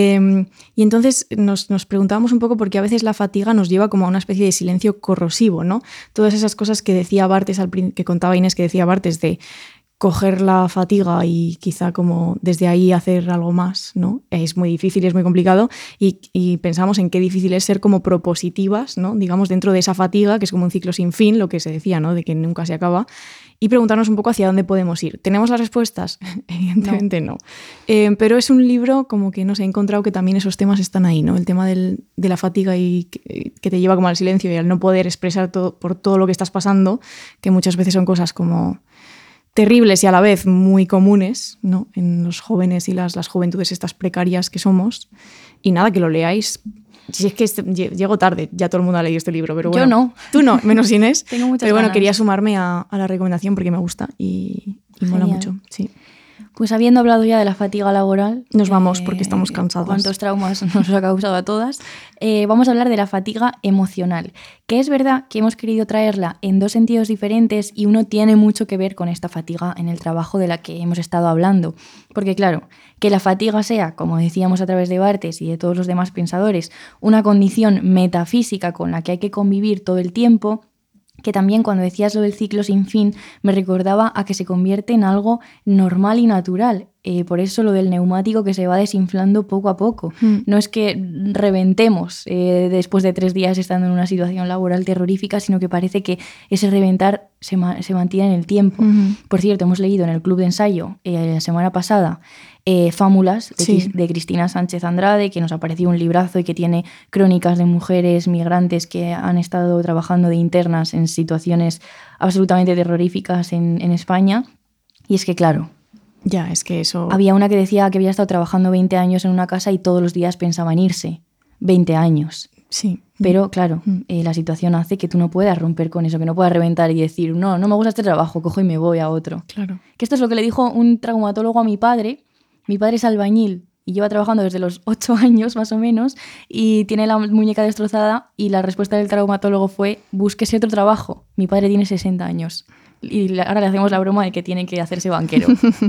Y entonces nos preguntábamos un poco porque a veces la fatiga nos lleva como a una especie de silencio corrosivo, ¿no? Todas esas cosas que decía Barthes, que contaba Inés, que decía Barthes de coger la fatiga y quizá como desde ahí hacer algo más, ¿no? Es muy difícil, es muy complicado y pensamos en qué difícil es ser como propositivas, ¿no? Digamos, dentro de esa fatiga, que es como un ciclo sin fin, lo que se decía, ¿no? De que nunca se acaba, y preguntarnos un poco hacia dónde podemos ir. ¿Tenemos las respuestas? Evidentemente no. Pero es un libro como que, no sé, he encontrado que también esos temas están ahí, ¿no? El tema de la fatiga y que te lleva como al silencio y al no poder expresar por todo lo que estás pasando, que muchas veces son cosas como terribles y a la vez muy comunes, ¿no? En los jóvenes y las juventudes estas precarias que somos. Y nada, que lo leáis. Si es que llego tarde, ya todo el mundo ha leído este libro, pero bueno. Yo no. Tú no, menos Inés. Tengo muchas Pero bueno, ganas. quería sumarme a la recomendación porque me gusta y mola mucho. Sí. Pues habiendo hablado ya de la fatiga laboral... Nos vamos porque estamos cansadas. Cuántos traumas nos ha causado a todas. Vamos a hablar de la fatiga emocional, que es verdad que hemos querido traerla en dos sentidos diferentes y uno tiene mucho que ver con esta fatiga en el trabajo de la que hemos estado hablando. Porque claro, que la fatiga sea, como decíamos a través de Barthes y de todos los demás pensadores, una condición metafísica con la que hay que convivir todo el tiempo, que también cuando decías lo del ciclo sin fin me recordaba a que se convierte en algo normal y natural. Por eso lo del neumático que se va desinflando poco a poco. No es que reventemos después de 3 días estando en una situación laboral terrorífica, sino que parece que ese reventar se mantiene en el tiempo. Por cierto, hemos leído en el Club de Ensayo la semana pasada Fámulas de Cristina Sánchez Andrade, que nos ha parecido un librazo y que tiene crónicas de mujeres migrantes que han estado trabajando de internas en situaciones absolutamente terroríficas en España. Y es que, claro, ya, es que eso... Había una que decía que había estado trabajando 20 años en una casa y todos los días pensaba en irse. 20 años. Sí. Pero, claro, la situación hace que tú no puedas romper con eso, que no puedas reventar y decir, no me gusta este trabajo, cojo y me voy a otro. Claro. Que esto es lo que le dijo un traumatólogo a mi padre. Mi padre es albañil y lleva trabajando desde los 8 años más o menos y tiene la muñeca destrozada y la respuesta del traumatólogo fue, búsquese otro trabajo. Mi padre tiene 60 años. Y ahora le hacemos la broma de que tiene que hacerse banquero.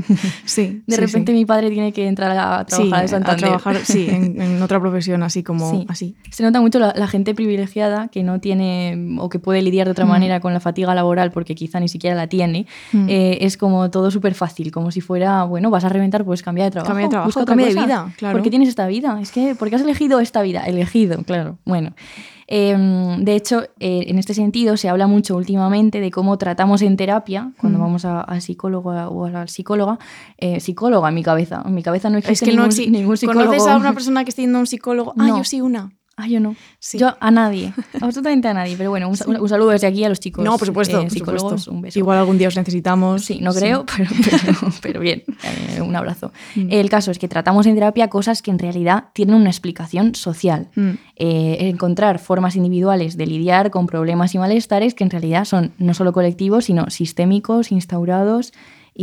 Sí. De repente mi padre tiene que entrar a trabajar en Santander. A trabajar, sí, en otra profesión así como sí. así. Se nota mucho la gente privilegiada que no tiene o que puede lidiar de otra manera con la fatiga laboral porque quizá ni siquiera la tiene. Es como todo súper fácil, como si fuera, bueno, vas a reventar, pues cambia de trabajo. Cambia de trabajo, busca cambia de cosa. vida, claro. ¿Por qué tienes esta vida? Es que, ¿por qué has elegido esta vida? Elegido, claro. Bueno. De hecho, en este sentido se habla mucho últimamente de cómo tratamos en terapia, cuando vamos al psicólogo o a la psicóloga, psicóloga en mi cabeza no existe, es que ningún psicólogo. ¿Conoces a una persona que esté yendo a un psicólogo? No. Yo sí, una. Yo no. Sí. Yo a nadie. Absolutamente a nadie. Pero bueno, un saludo desde aquí a los chicos. No, por supuesto. Psicólogos, por supuesto. un beso. Igual algún día os necesitamos. Sí, no creo, pero bien. Un abrazo. El caso es que tratamos en terapia cosas que en realidad tienen una explicación social. Encontrar formas individuales de lidiar con problemas y malestares que en realidad son no solo colectivos, sino sistémicos, instaurados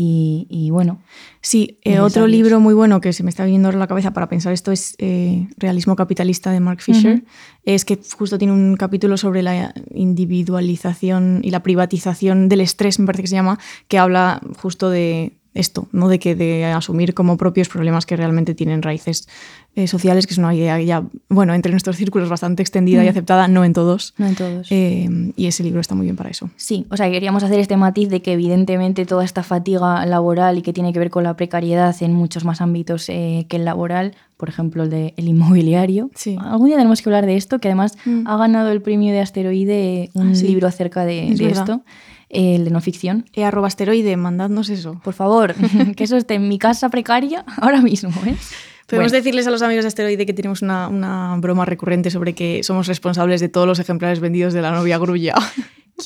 y bueno. Sí, otro libro muy bueno que se me está viniendo ahora a la cabeza para pensar esto es Realismo capitalista de Mark Fisher. Es que justo tiene un capítulo sobre la individualización y la privatización del estrés, me parece que se llama, que habla justo de esto, ¿no? De asumir como propios problemas que realmente tienen raíces sociales, que es una idea ya, bueno, entre nuestros círculos bastante extendida y aceptada, no en todos. No en todos. Y ese libro está muy bien para eso. Sí, o sea, queríamos hacer este matiz de que evidentemente toda esta fatiga laboral y que tiene que ver con la precariedad en muchos más ámbitos que el laboral, por ejemplo el inmobiliario. Sí. Algún día tenemos que hablar de esto, que además ha ganado el premio de Asteroide un libro acerca de esto. El de no ficción. @asteroide, mandadnos eso. Por favor, que eso esté en mi casa precaria ahora mismo, ¿eh? Podemos decirles a los amigos de Asteroide que tenemos una broma recurrente sobre que somos responsables de todos los ejemplares vendidos de La novia grulla. Quiero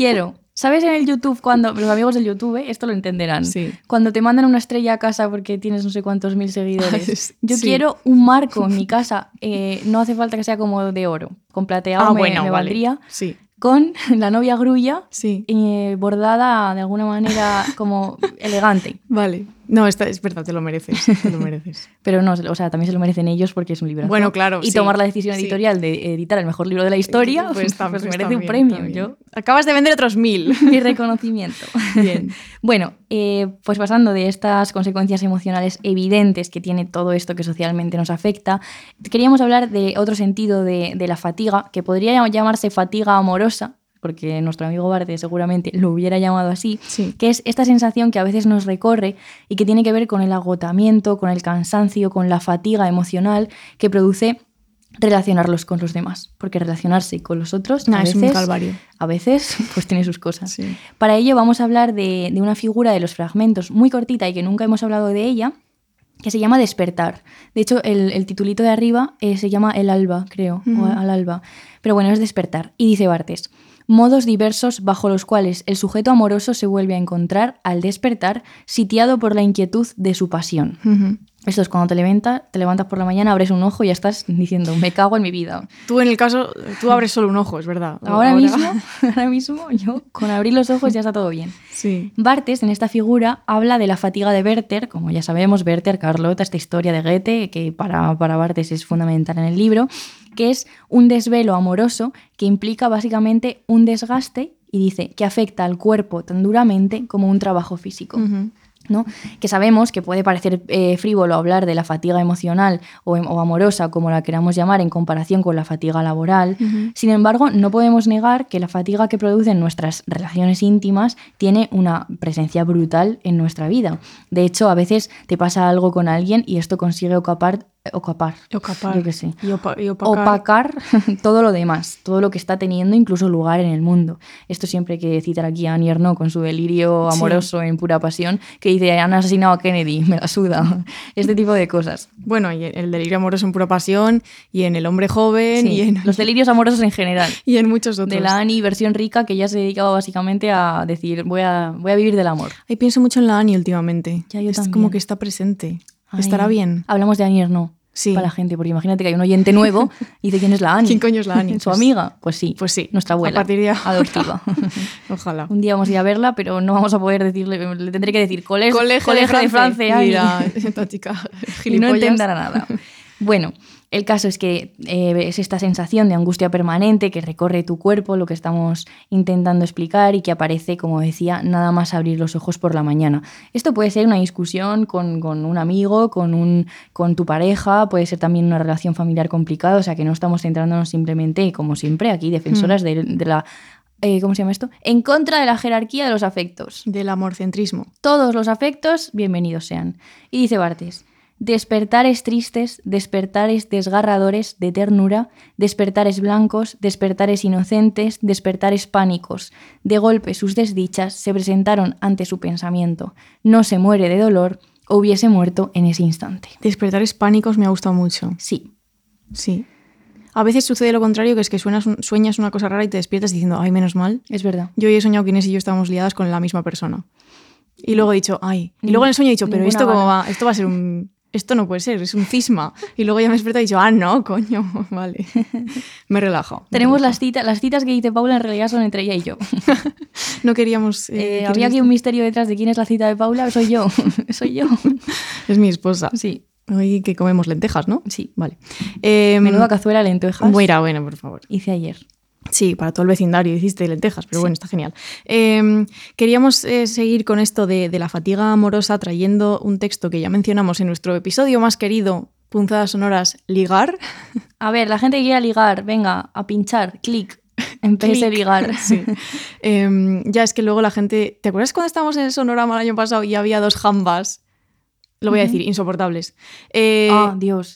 ¿Sabes en el YouTube cuando, los amigos del YouTube, esto lo entenderán, Sí. cuando te mandan una estrella a casa porque tienes no sé cuántos mil seguidores? Yo Sí. quiero un marco en mi casa, no hace falta que sea como de oro, con plateado me vale. valdría, Sí. con la novia grulla Sí. bordada de alguna manera como elegante. Vale. No, es verdad, te lo mereces. Te lo mereces. Pero no, o sea, también se lo merecen ellos porque es un librazo. Bueno, claro, Y sí. tomar la decisión Sí. editorial de editar el mejor libro de la historia, pues merece un también, premio. también. Yo, Acabas de vender otros 1000. mi reconocimiento. Bien. Bueno, pues pasando de estas consecuencias emocionales evidentes que tiene todo esto que socialmente nos afecta, queríamos hablar de otro sentido de la fatiga, que podría llamarse fatiga amorosa, porque nuestro amigo Barte seguramente lo hubiera llamado así, Sí. que es esta sensación que a veces nos recorre y que tiene que ver con el agotamiento, con el cansancio, con la fatiga emocional que produce relacionarlos con los demás, porque relacionarse con los otros Es un calvario. a veces pues tiene sus cosas. Sí. Para ello vamos a hablar de una figura de los fragmentos muy cortita y que nunca hemos hablado de ella, que se llama Despertar. De hecho, el titulito de arriba se llama El alba, creo, o Al alba. Pero bueno, es Despertar. Y dice Barthes: modos diversos bajo los cuales el sujeto amoroso se vuelve a encontrar al despertar, sitiado por la inquietud de su pasión. Uh-huh. Esto es cuando te levantas por la mañana, abres un ojo y ya estás diciendo, me cago en mi vida. Tú en el caso, tú abres solo un ojo, es verdad. Ahora mismo, yo con abrir los ojos ya está todo bien. Sí. Barthes, en esta figura, habla de la fatiga de Werther, como ya sabemos, Werther, Carlota, esta historia de Goethe, que para Barthes es fundamental en el libro, que es un desvelo amoroso que implica básicamente un desgaste, y dice que afecta al cuerpo tan duramente como un trabajo físico. Uh-huh. ¿No? Que sabemos que puede parecer frívolo hablar de la fatiga emocional o amorosa, como la queramos llamar, en comparación con la fatiga laboral. Uh-huh. Sin embargo, no podemos negar que la fatiga que producen nuestras relaciones íntimas tiene una presencia brutal en nuestra vida. De hecho, a veces te pasa algo con alguien y esto consigue opacar, yo qué sé, y opacar todo lo demás, todo lo que está teniendo incluso lugar en el mundo. Esto siempre hay que citar aquí a Annie Ernaux con su delirio amoroso en pura pasión, que dice, han asesinado a Kennedy, me la suda. Este tipo de cosas. Bueno, y el delirio amoroso en pura pasión, y en El hombre joven, Sí, y en los delirios amorosos en general. y en muchos otros. De la Annie versión rica, que ya se dedicaba básicamente a decir, voy a vivir del amor. Ay, pienso mucho en la Annie últimamente. Ya, yo es también. como que está presente. Ay, Estará bien. Hablamos de Annie Ernaux. Sí. Para la gente, porque imagínate que hay un oyente nuevo y dice, ¿quién es la Annie? ¿Quién coño es la Annie? ¿Su amiga? Pues sí. Pues sí. Nuestra abuela. A partir de adoptiva. Ojalá. Un día vamos a ir a verla, pero no vamos a poder decirle, le tendré que decir, colegio de Francia. Y dirá, esta chica Y no gilipollas. entenderá nada. Bueno, el caso es que es esta sensación de angustia permanente que recorre tu cuerpo, lo que estamos intentando explicar, y que aparece, como decía, nada más abrir los ojos por la mañana. Esto puede ser una discusión con un amigo, con tu pareja, puede ser también una relación familiar complicada, o sea que no estamos centrándonos simplemente, como siempre, aquí defensoras de la... ¿cómo se llama esto? En contra de la jerarquía de los afectos. Del amorcentrismo. Todos los afectos, bienvenidos sean. Y dice Barthes: despertares tristes, despertares desgarradores de ternura, despertares blancos, despertares inocentes, despertares pánicos. De golpe sus desdichas se presentaron ante su pensamiento. No se muere de dolor, o hubiese muerto en ese instante. Despertares pánicos me ha gustado mucho. Sí. Sí. A veces sucede lo contrario, que es que sueñas una cosa rara y te despiertas diciendo, ay, menos mal. Es verdad. Yo hoy he soñado que Inés y yo estábamos liadas con la misma persona. Y luego he dicho, ay. Y luego en el sueño he dicho, pero ¿esto cómo va? Esto va a ser un... Esto no puede ser, es un cisma. Y luego ya me despierto y he dicho, no, coño, vale. Me he relajado. Tenemos las citas que dice Paula, en realidad son entre ella y yo. No queríamos... había aquí un misterio detrás de quién es la cita de Paula. Soy yo, soy yo. Es mi esposa. Sí. Hoy que comemos lentejas, ¿no? Sí. Vale. Menuda cazuela de lentejas. Bueno, por favor. Hice ayer. Sí, para todo el vecindario hiciste lentejas, pero bueno, está genial. Queríamos seguir con esto de la fatiga amorosa trayendo un texto que ya mencionamos en nuestro episodio más querido, Punzadas Sonoras, Ligar. A ver, la gente que quiera ligar, venga, a pinchar, clic, en PS Ligar. Sí. Ya es que luego la gente... ¿Te acuerdas cuando estábamos en el Sonorama el año pasado y había dos jambas? Lo voy a decir, insoportables. Dios.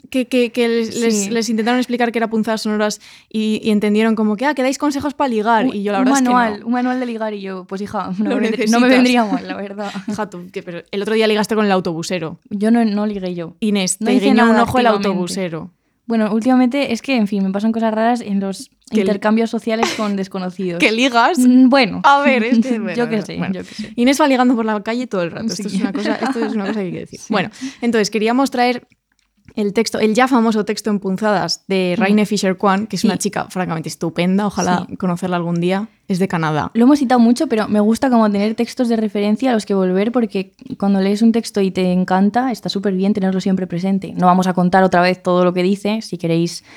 Que les intentaron explicar que era punzadas sonoras y entendieron como que, que dais consejos para ligar. Y yo la verdad es que no. Un manual de ligar y yo, pues hija, no necesitas. me vendría mal, la verdad. Hija, pero el otro día ligaste con el autobusero. Yo no ligué yo. Inés, No te hice guiñó un nada ojo el activamente. autobusero. Bueno, últimamente es que, en fin, me pasan cosas raras en los intercambios sociales con desconocidos. ¿Que ligas? Bueno. A ver, es que... Bueno, yo qué sé. Inés va ligando por la calle todo el rato. Sí. Esto es una cosa que hay que decir. Sí. Bueno, entonces queríamos traer el texto, el ya famoso texto en punzadas de Raine Fisher-Kwan, que es una chica francamente estupenda, ojalá conocerla algún día, es de Canadá. Lo hemos citado mucho, pero me gusta como tener textos de referencia a los que volver, porque cuando lees un texto y te encanta, está súper bien tenerlo siempre presente. No vamos a contar otra vez todo lo que dice, si queréis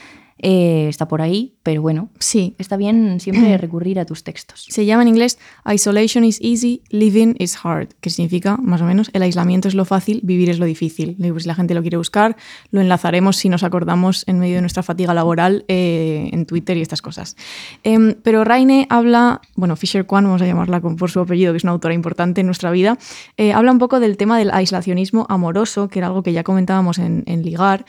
está por ahí, pero bueno, sí, está bien siempre recurrir a tus textos. Se llama en inglés Isolation is easy, living is hard, que significa, más o menos, el aislamiento es lo fácil, vivir es lo difícil. Pues si la gente lo quiere buscar, lo enlazaremos si nos acordamos en medio de nuestra fatiga laboral en Twitter y estas cosas. Pero Raine habla, bueno, Fisher-Kwan, vamos a llamarla por su apellido, que es una autora importante en nuestra vida, habla un poco del tema del aislacionismo amoroso, que era algo que ya comentábamos en Ligar,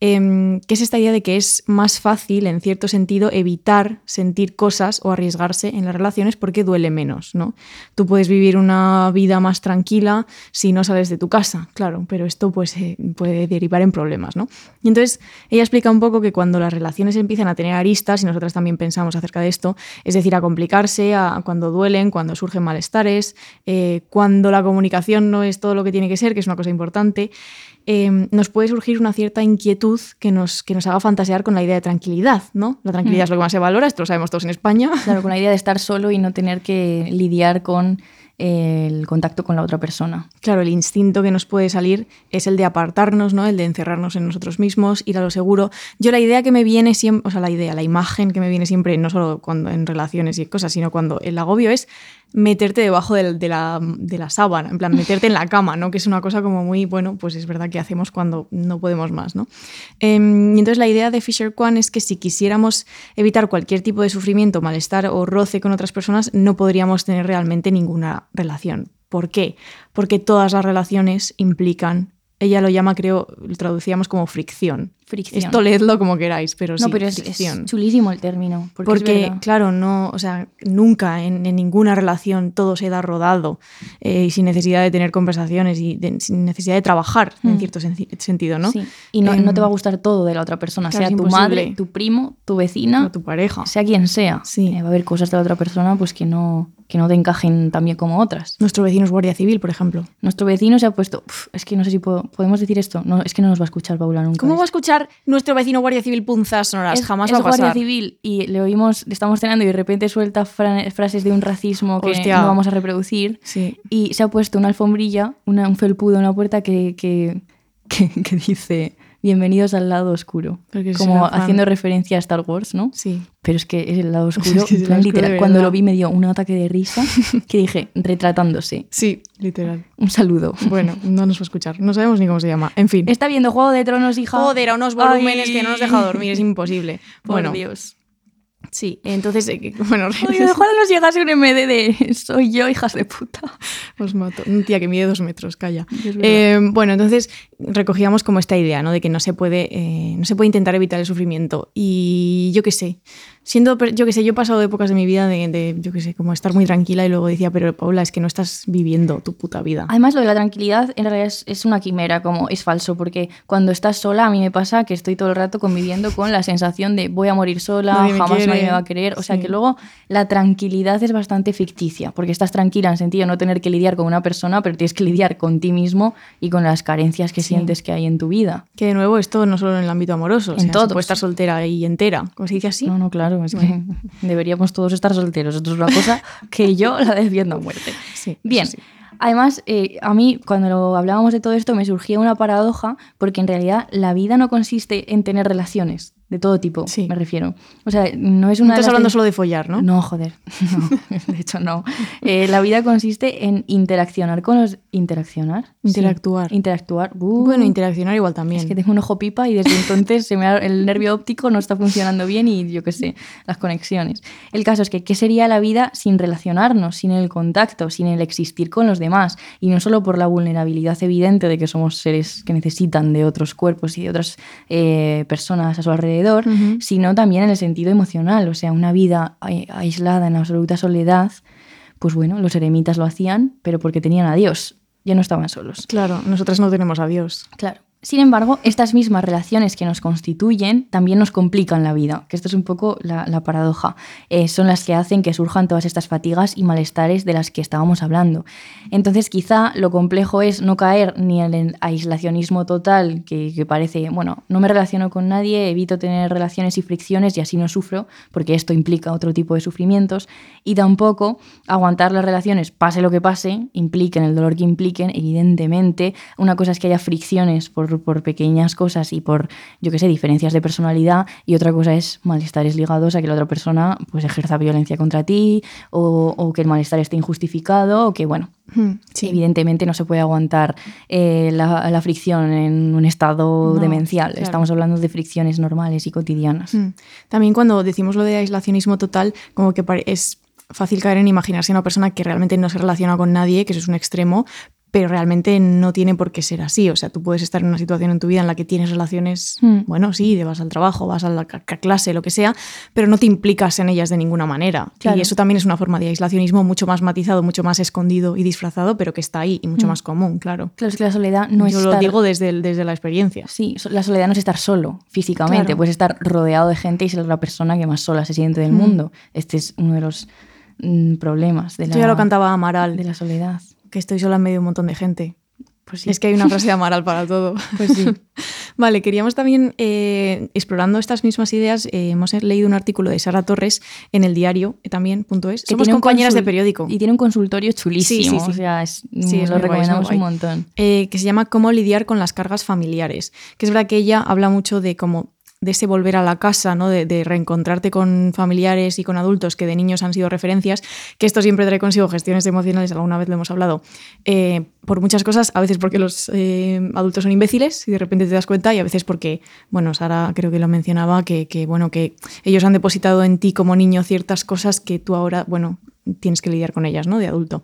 que es esta idea de que es más fácil, en cierto sentido, evitar sentir cosas o arriesgarse en las relaciones porque duele menos, ¿no? Tú puedes vivir una vida más tranquila si no sales de tu casa, claro, pero esto pues, puede derivar en problemas, ¿no? Y entonces ella explica un poco que cuando las relaciones empiezan a tener aristas, y nosotras también pensamos acerca de esto, es decir, a complicarse, cuando duelen, cuando surgen malestares, cuando la comunicación no es todo lo que tiene que ser, que es una cosa importante, nos puede surgir una cierta inquietud que nos haga fantasear con la idea de tranquilidad, ¿no? La tranquilidad es lo que más se valora, esto lo sabemos todos en España. Claro, con la idea de estar solo y no tener que lidiar con el contacto con la otra persona. Claro, el instinto que nos puede salir es el de apartarnos, ¿no? El de encerrarnos en nosotros mismos, ir a lo seguro. Yo la idea que me viene siempre, o sea, la imagen que me viene siempre, no solo cuando en relaciones y cosas, sino cuando el agobio es meterte debajo de la sábana, en plan, meterte en la cama, ¿no? Que es una cosa como muy, bueno, pues es verdad que hacemos cuando no podemos más, ¿no? Y entonces la idea de Fisher-Kwan es que si quisiéramos evitar cualquier tipo de sufrimiento, malestar o roce con otras personas, no podríamos tener realmente ninguna relación. ¿Por qué? Porque todas las relaciones implican, ella lo llama, creo, lo traducíamos como fricción. Esto leedlo como queráis, pero sí, pero fricción. Es chulísimo el término. Porque claro, no, o sea, nunca en ninguna relación todo se da rodado y sin necesidad de tener conversaciones y sin necesidad de trabajar, en cierto sentido, ¿no? Sí. Y no te va a gustar todo de la otra persona, claro, sea tu madre, tu primo, tu vecina, o tu pareja. Sea quien sea. Sí. Va a haber cosas de la otra persona pues que no te encajen tan bien como otras. Nuestro vecino es guardia civil, por ejemplo. Nuestro vecino se ha puesto... es que no sé si podemos decir esto. No, es que no nos va a escuchar Paula nunca. ¿Cómo va a escuchar nuestro vecino guardia civil punzas sonoras? Jamás va a pasar. Es guardia civil y le oímos, le estamos cenando y de repente suelta frases de un racismo que no vamos a reproducir. Sí. Y se ha puesto una alfombrilla, un felpudo en la puerta que dice... Bienvenidos al lado oscuro. Como haciendo referencia a Star Wars, ¿no? Sí. Pero es que es el lado oscuro, en plan literal. Cuando lo vi me dio un ataque de risa que dije, retratándose. Sí, literal. Un saludo. Bueno, no nos va a escuchar. No sabemos ni cómo se llama. En fin. Está viendo Juego de Tronos, hija. Joder, a unos volúmenes que no nos deja dormir. Es imposible. Por Dios. Sí, entonces, bueno... ojalá nos llegase un MD de soy yo, hijas de puta. Os mato. Tía, que mide 2 metros, calla. Bueno, entonces recogíamos como esta idea, ¿no? De que no se puede intentar evitar el sufrimiento. Y yo qué sé, yo he pasado épocas de mi vida de yo qué sé, como estar muy tranquila y luego decía, pero Paula, es que no estás viviendo tu puta vida. Además, lo de la tranquilidad en realidad es una quimera, como es falso, porque cuando estás sola, a mí me pasa que estoy todo el rato conviviendo con la sensación de voy a morir sola, jamás nadie me va a querer. O sea que luego la tranquilidad es bastante ficticia, porque estás tranquila en sentido de no tener que lidiar con una persona, pero tienes que lidiar con ti mismo y con las carencias que sientes que hay en tu vida. Que de nuevo, esto no solo en el ámbito amoroso, en todo. Se puede estar soltera y entera, ¿cómo se dice así? No, claro, es que deberíamos todos estar solteros. Esto es una cosa que yo la defiendo a muerte. Sí, bien. Sí. Además, a mí, cuando hablábamos de todo esto, me surgía una paradoja, porque en realidad la vida no consiste en tener relaciones de todo tipo, me refiero. O sea, no es una... No estás hablando solo de follar, ¿no? No, joder. No, de hecho, no. La vida consiste en interaccionar con los... ¿Interaccionar? Interactuar. Sí. Interactuar. Bueno, interaccionar igual también. Es que tengo un ojo pipa y desde entonces el nervio óptico no está funcionando bien y yo qué sé, las conexiones. El caso es que, ¿qué sería la vida sin relacionarnos, sin el contacto, sin el existir con los demás? Y no solo por la vulnerabilidad evidente de que somos seres que necesitan de otros cuerpos y de otras personas a su alrededor, sino también en el sentido emocional. O sea, una vida aislada en absoluta soledad, pues bueno, los eremitas lo hacían, pero porque tenían a Dios, ya no estaban solos. Claro, nosotras no tenemos a Dios. Claro. Sin embargo, estas mismas relaciones que nos constituyen también nos complican la vida, que esto es un poco la paradoja. Son las que hacen que surjan todas estas fatigas y malestares de las que estábamos hablando. Entonces, quizá lo complejo es no caer ni en el aislacionismo total, que parece, bueno, no me relaciono con nadie, evito tener relaciones y fricciones y así no sufro, porque esto implica otro tipo de sufrimientos, y tampoco aguantar las relaciones, pase lo que pase, impliquen el dolor que impliquen, evidentemente. Una cosa es que haya fricciones por pequeñas cosas y por, yo qué sé, diferencias de personalidad, y otra cosa es malestares ligados a que la otra persona pues ejerza violencia contra ti o que el malestar esté injustificado o que, bueno, sí, evidentemente no se puede aguantar la fricción en un estado demencial. Claro. Estamos hablando de fricciones normales y cotidianas. También cuando decimos lo de aislacionismo total, como que es fácil caer en imaginarse a una persona que realmente no se relaciona con nadie, que eso es un extremo, pero realmente no tiene por qué ser así. O sea, tú puedes estar en una situación en tu vida en la que tienes relaciones, bueno, sí, te vas al trabajo, vas a la clase, lo que sea, pero no te implicas en ellas de ninguna manera. Claro. Y eso también es una forma de aislacionismo mucho más matizado, mucho más escondido y disfrazado, pero que está ahí y mucho más común, claro. Claro, es que la soledad no es Yo lo digo desde la experiencia. Sí, la soledad no es estar solo físicamente, claro. Puedes estar rodeado de gente y ser la persona que más sola se siente del mundo. Este es uno de los problemas de Esto ya lo cantaba Amaral. De la soledad. Que estoy sola en medio de un montón de gente. Pues sí. Es que hay una frase de Amaral para todo. Pues sí. Vale, queríamos también, explorando estas mismas ideas, hemos leído un artículo de Sara Torres en el diario, también.es. Somos compañeras de periódico. Y tiene un consultorio chulísimo. Sí. O sea, lo recomendamos un montón. Que se llama Cómo lidiar con las cargas familiares. Que es verdad que ella habla mucho de cómo de ese volver a la casa, ¿no? De reencontrarte con familiares y con adultos que de niños han sido referencias, que esto siempre trae consigo gestiones emocionales, alguna vez lo hemos hablado, por muchas cosas, a veces porque los adultos son imbéciles y de repente te das cuenta, y a veces porque, bueno, Sara creo que lo mencionaba, que ellos han depositado en ti como niño ciertas cosas que tú ahora, bueno, tienes que lidiar con ellas, ¿no? De adulto.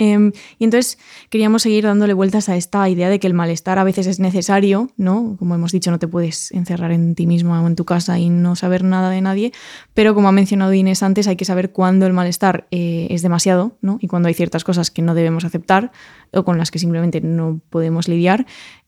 Y entonces queríamos seguir dándole vueltas a esta idea de que el malestar a veces es necesario, ¿no? Como hemos dicho, no te puedes encerrar en ti misma o en tu casa y no saber nada de nadie, pero como ha mencionado Inés antes, hay que saber cuándo el malestar es demasiado, ¿no? Y cuándo hay ciertas cosas que no debemos aceptar o con las que simplemente no podemos lidiar,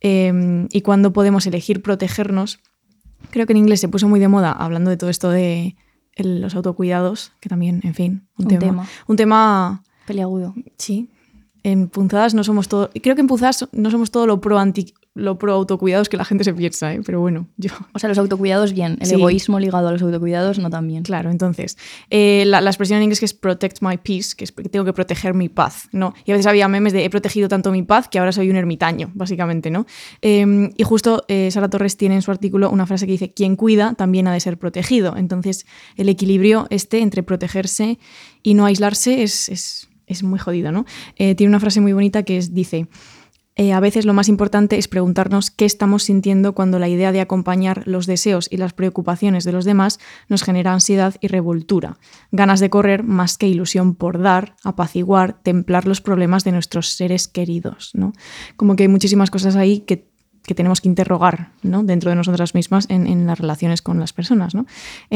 y cuándo podemos elegir protegernos. Creo que en inglés se puso muy de moda hablando de todo esto de los autocuidados, que también, en fin, un tema peliagudo. Sí. En Punzadas no somos todo. Creo que en Punzadas no somos todo lo pro autocuidados que la gente se piensa, ¿eh? Pero bueno, yo. O sea, los autocuidados bien. El egoísmo ligado a los autocuidados no tan bien. Claro, entonces. La expresión en inglés que es protect my peace, que es que tengo que proteger mi paz, ¿no? Y a veces había memes de he protegido tanto mi paz que ahora soy un ermitaño, básicamente, ¿no? Y justo Sara Torres tiene en su artículo una frase que dice: quien cuida también ha de ser protegido. Entonces, el equilibrio entre protegerse y no aislarse es muy jodido, ¿no? Tiene una frase muy bonita que dice: a veces lo más importante es preguntarnos qué estamos sintiendo cuando la idea de acompañar los deseos y las preocupaciones de los demás nos genera ansiedad y revoltura, ganas de correr más que ilusión por dar, apaciguar, templar los problemas de nuestros seres queridos, ¿no? Como que hay muchísimas cosas ahí que tenemos que interrogar, ¿no? Dentro de nosotras mismas en las relaciones con las personas, ¿no?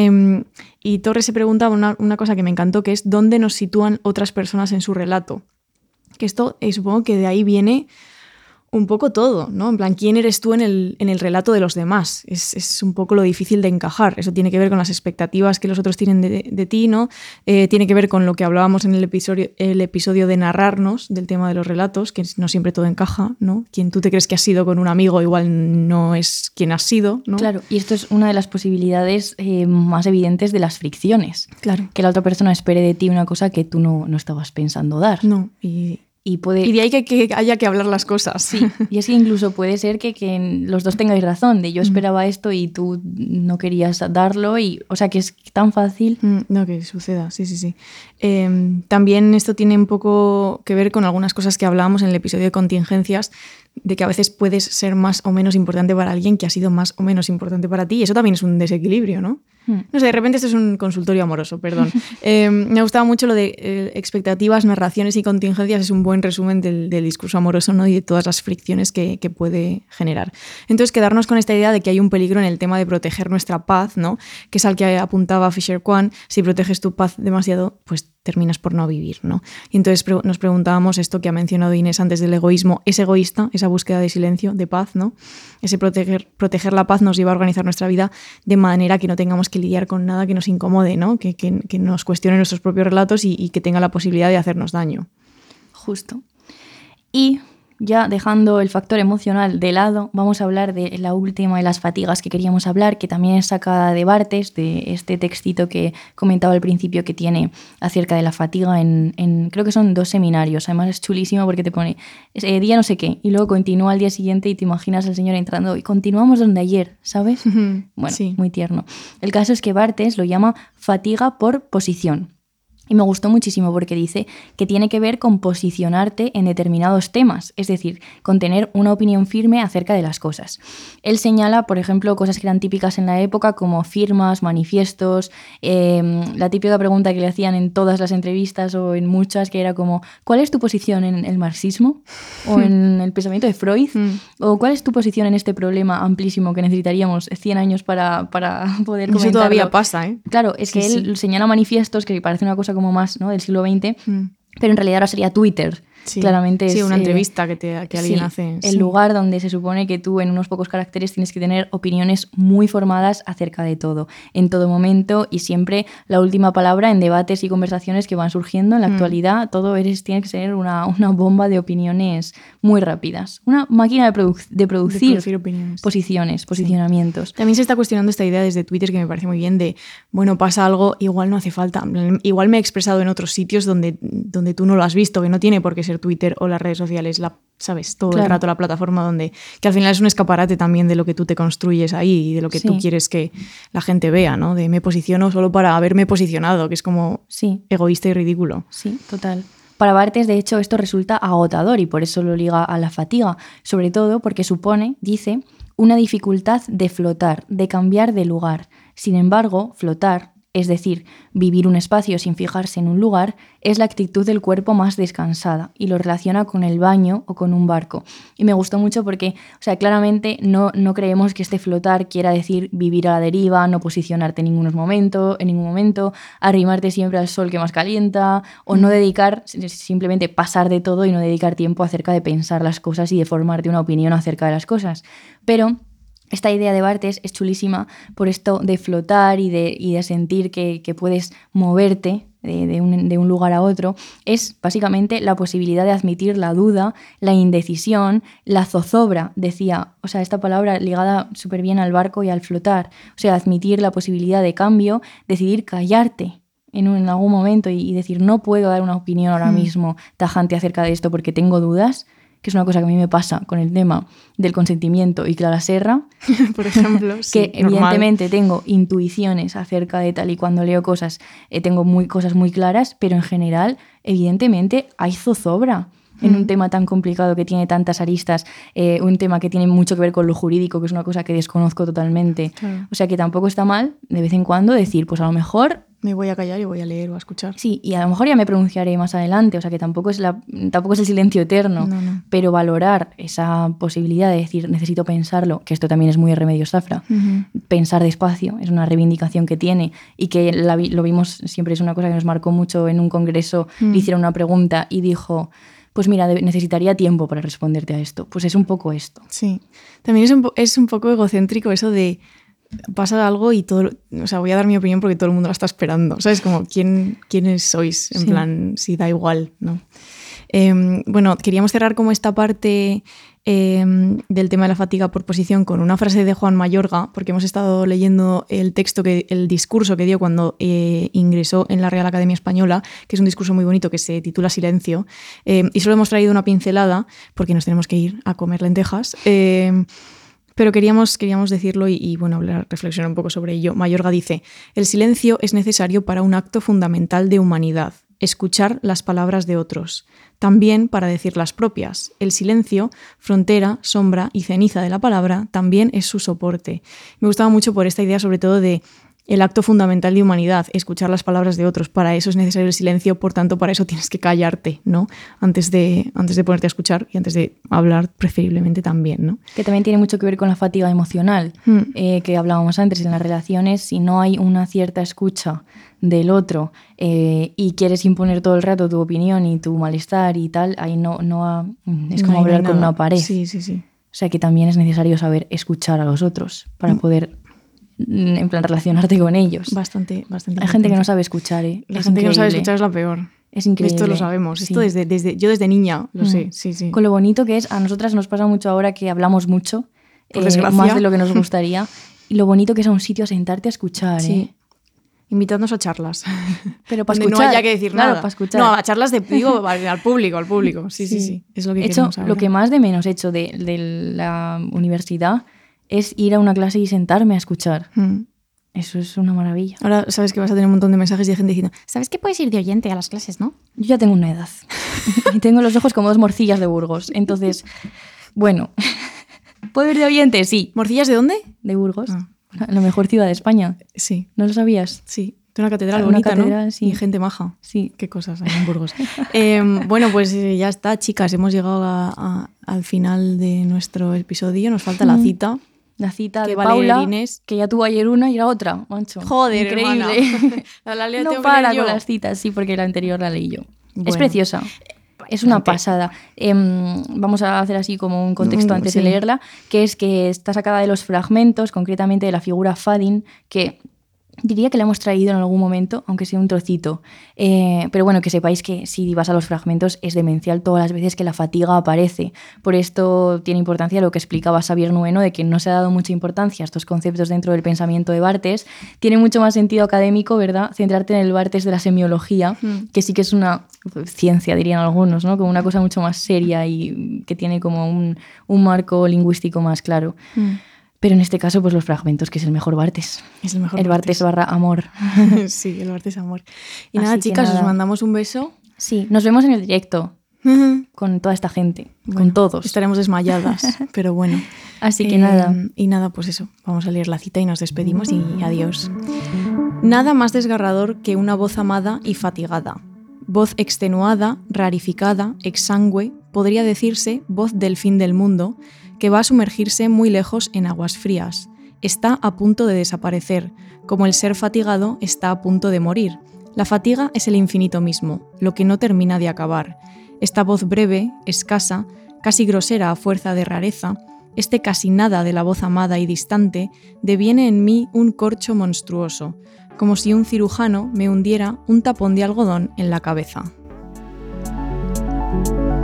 Y Torres se preguntaba una cosa que me encantó, que es ¿dónde nos sitúan otras personas en su relato? Que esto supongo que de ahí viene un poco todo, ¿no? En plan, ¿quién eres tú en el relato de los demás? Es un poco lo difícil de encajar. Eso tiene que ver con las expectativas que los otros tienen de ti, ¿no? Tiene que ver con lo que hablábamos en el episodio de narrarnos, del tema de los relatos, que no siempre todo encaja, ¿no? Quien tú te crees que has sido con un amigo igual no es quien has sido, ¿no? Claro, y esto es una de las posibilidades más evidentes de las fricciones. Claro. Que la otra persona espere de ti una cosa que tú no estabas pensando dar. No, y de ahí que haya que hablar las cosas. Sí, y es que incluso puede ser que los dos tengáis razón, de yo esperaba esto y tú no querías darlo, o sea que es tan fácil. No, que suceda, sí. También esto tiene un poco que ver con algunas cosas que hablábamos en el episodio de contingencias, de que a veces puedes ser más o menos importante para alguien que ha sido más o menos importante para ti, y eso también es un desequilibrio, ¿no? No sé, de repente esto es un consultorio amoroso, perdón. Me ha gustado mucho lo de expectativas, narraciones y contingencias, es un buen resumen del discurso amoroso, ¿no? Y de todas las fricciones que puede generar. Entonces, quedarnos con esta idea de que hay un peligro en el tema de proteger nuestra paz, ¿no? Que es al que apuntaba Fisher Kwan. Si proteges tu paz demasiado, pues terminas por no vivir, ¿no? Y entonces nos preguntábamos esto que ha mencionado Inés antes del egoísmo. ¿Es egoísta esa búsqueda de silencio, de paz, ¿no? Ese proteger la paz nos lleva a organizar nuestra vida de manera que no tengamos que lidiar con nada que nos incomode, ¿no? Que nos cuestione nuestros propios relatos y que tenga la posibilidad de hacernos daño. Justo. Y ya dejando el factor emocional de lado, vamos a hablar de la última de las fatigas que queríamos hablar, que también es sacada de Barthes, de este textito que comentaba al principio que tiene acerca de la fatiga en creo que son 2 seminarios. Además es chulísimo porque te pone día no sé qué y luego continúa al día siguiente y te imaginas al señor entrando y continuamos donde ayer, ¿sabes? Bueno, sí. Muy tierno. El caso es que Barthes lo llama fatiga por posición. Y me gustó muchísimo porque dice que tiene que ver con posicionarte en determinados temas, es decir, con tener una opinión firme acerca de las cosas. Él señala, por ejemplo, cosas que eran típicas en la época como firmas, manifiestos, la típica pregunta que le hacían en todas las entrevistas o en muchas, que era como ¿cuál es tu posición en el marxismo? O en el pensamiento de Freud, o ¿cuál es tu posición en este problema amplísimo que necesitaríamos 100 años para poder comentarlo? Eso todavía pasa, ¿eh? Claro, es que él señala manifiestos que parece una cosa como más, ¿no?, del siglo XX, pero en realidad ahora sería Twitter. Sí, claramente sí, es una entrevista que alguien hace. El lugar donde se supone que tú en unos pocos caracteres tienes que tener opiniones muy formadas acerca de todo, en todo momento y siempre la última palabra en debates y conversaciones que van surgiendo en la actualidad. Todo tiene que ser una bomba de opiniones muy rápidas. Una máquina de producir opiniones. Posiciones, posicionamientos. Sí. También se está cuestionando esta idea desde Twitter que me parece muy bien de, bueno, pasa algo, igual no hace falta. Igual me he expresado en otros sitios donde tú no lo has visto, que no tiene por qué ser Twitter o las redes sociales, ¿sabes? Todo el rato la plataforma que al final es un escaparate también de lo que tú te construyes ahí y de lo que tú quieres que la gente vea, ¿no? De me posiciono solo para haberme posicionado, que es como egoísta y ridículo. Sí, total. Para Barthes, de hecho, esto resulta agotador y por eso lo liga a la fatiga, sobre todo porque supone, dice, una dificultad de flotar, de cambiar de lugar. Sin embargo, flotar, es decir, vivir un espacio sin fijarse en un lugar, es la actitud del cuerpo más descansada y lo relaciona con el baño o con un barco. Y me gustó mucho porque, o sea, claramente no creemos que este flotar quiera decir vivir a la deriva, no posicionarte en ningún momento, arrimarte siempre al sol que más calienta o no dedicar, simplemente pasar de todo y no dedicar tiempo acerca de pensar las cosas y de formarte una opinión acerca de las cosas. Pero esta idea de Barthes es chulísima por esto de flotar y de sentir que puedes moverte de un lugar a otro. Es básicamente la posibilidad de admitir la duda, la indecisión, la zozobra, decía. O sea, esta palabra ligada súper bien al barco y al flotar. O sea, admitir la posibilidad de cambio, decidir callarte en algún momento y decir no puedo dar una opinión ahora mismo tajante acerca de esto porque tengo dudas, que es una cosa que a mí me pasa con el tema del consentimiento y Clara Serra, por ejemplo, que evidentemente tengo intuiciones acerca de tal y cuando leo cosas tengo cosas muy claras, pero en general, evidentemente, hay zozobra en un tema tan complicado que tiene tantas aristas, un tema que tiene mucho que ver con lo jurídico, que es una cosa que desconozco totalmente. Claro. O sea que tampoco está mal de vez en cuando decir, pues a lo mejor me voy a callar y voy a leer o a escuchar. Sí, y a lo mejor ya me pronunciaré más adelante, o sea que tampoco es el silencio eterno, no. Pero valorar esa posibilidad de decir necesito pensarlo, que esto también es muy Remedios Zafra, pensar despacio, es una reivindicación que tiene y que lo vimos siempre, es una cosa que nos marcó mucho en un congreso, le hicieron una pregunta y dijo, pues mira, necesitaría tiempo para responderte a esto. Pues es un poco esto. Sí, también es un poco egocéntrico eso de pasa algo y todo, o sea, voy a dar mi opinión porque todo el mundo la está esperando. ¿Sabes? Como, ¿quiénes sois? En plan, si da igual, ¿no? Bueno, queríamos cerrar como esta parte del tema de la fatiga por posición con una frase de Juan Mayorga, porque hemos estado leyendo el discurso que dio cuando ingresó en la Real Academia Española, que es un discurso muy bonito que se titula Silencio, y solo hemos traído una pincelada porque nos tenemos que ir a comer lentejas. Pero queríamos decirlo y bueno, reflexionar un poco sobre ello. Mayorga dice: el silencio es necesario para un acto fundamental de humanidad, escuchar las palabras de otros, también para decir las propias. El silencio, frontera, sombra y ceniza de la palabra, también es su soporte. Me gustaba mucho por esta idea sobre todo de el acto fundamental de humanidad, escuchar las palabras de otros. Para eso es necesario el silencio, por tanto, para eso tienes que callarte, ¿no? Antes de ponerte a escuchar y antes de hablar, preferiblemente también, ¿no? Que también tiene mucho que ver con la fatiga emocional, que hablábamos antes en las relaciones. Si no hay una cierta escucha del otro y quieres imponer todo el rato tu opinión y tu malestar y tal, ahí es como hablar con una pared. Sí. O sea que también es necesario saber escuchar a los otros para poder, en plan, relacionarte con ellos. Bastante. Hay gente que no sabe escuchar, ¿eh? La gente que no sabe escuchar es la peor. Es increíble. Esto lo sabemos. Sí. Esto yo desde niña lo sé. Sí. Con lo bonito que es, a nosotras nos pasa mucho ahora que hablamos mucho, Por desgracia. más de lo que nos gustaría. Y lo bonito que es a un sitio a sentarte a escuchar, Sí. Invitadnos a charlas. Pero para Donde escuchar. no haya que decir Claro, nada. para escuchar. No, a charlas al público. Sí. Es lo que Hecho, queremos hablar. lo que más de menos he hecho de la universidad es ir a una clase y sentarme a escuchar. Eso es una maravilla. Ahora sabes que vas a tener un montón de mensajes de gente diciendo, ¿sabes que puedes ir de oyente a las clases, no? Yo ya tengo una edad. Y tengo los ojos como dos morcillas de Burgos. Entonces, bueno, ¿puedo ir de oyente? Sí. ¿Morcillas de dónde? De Burgos. Ah. La mejor ciudad de España. Sí. ¿No lo sabías? Sí. Tiene una catedral Una bonita, catedral, ¿no? sí. Y gente maja. Sí. Qué cosas hay en Burgos. Bueno, pues ya está, chicas. Hemos llegado al final de nuestro episodio. Nos falta la cita. La cita que de va a leer Paula, Inés. que ya tuvo ayer una y era otra, mancho. Joder, increíble. La leo, No tengo que para leer yo. con las citas, sí, porque la anterior la leí yo. Bueno. Es preciosa. Es una pasada. Vamos a hacer así como un contexto antes de leerla, que es que está sacada de los fragmentos, concretamente de la figura Fadin, que diría que la hemos traído en algún momento, aunque sea un trocito. Pero bueno, que sepáis que si vas a los fragmentos es demencial todas las veces que la fatiga aparece. Por esto tiene importancia lo que explicaba Xavier Nueno, de que no se ha dado mucha importancia a estos conceptos dentro del pensamiento de Barthes. Tiene mucho más sentido académico, ¿verdad?, centrarte en el Barthes de la semiología, que sí que es una ciencia, dirían algunos, ¿no?, como una cosa mucho más seria y que tiene como un marco lingüístico más claro. Pero en este caso, pues los fragmentos, que es el mejor Barthes. Es el mejor El Barthes / amor. Sí, el Barthes amor. Y Así nada, que chicas, nada. os mandamos un beso. Sí, nos vemos en el directo con toda esta gente, Bueno, con todos. Estaremos desmayadas, pero bueno. Así que nada. Y nada, pues eso. Vamos a leer la cita y nos despedimos y adiós. Nada más desgarrador que una voz amada y fatigada. Voz extenuada, rarificada, exangüe, podría decirse voz del fin del mundo, que va a sumergirse muy lejos en aguas frías. Está a punto de desaparecer, como el ser fatigado está a punto de morir. La fatiga es el infinito mismo, lo que no termina de acabar. Esta voz breve, escasa, casi grosera a fuerza de rareza, este casi nada de la voz amada y distante, deviene en mí un corcho monstruoso, como si un cirujano me hundiera un tapón de algodón en la cabeza.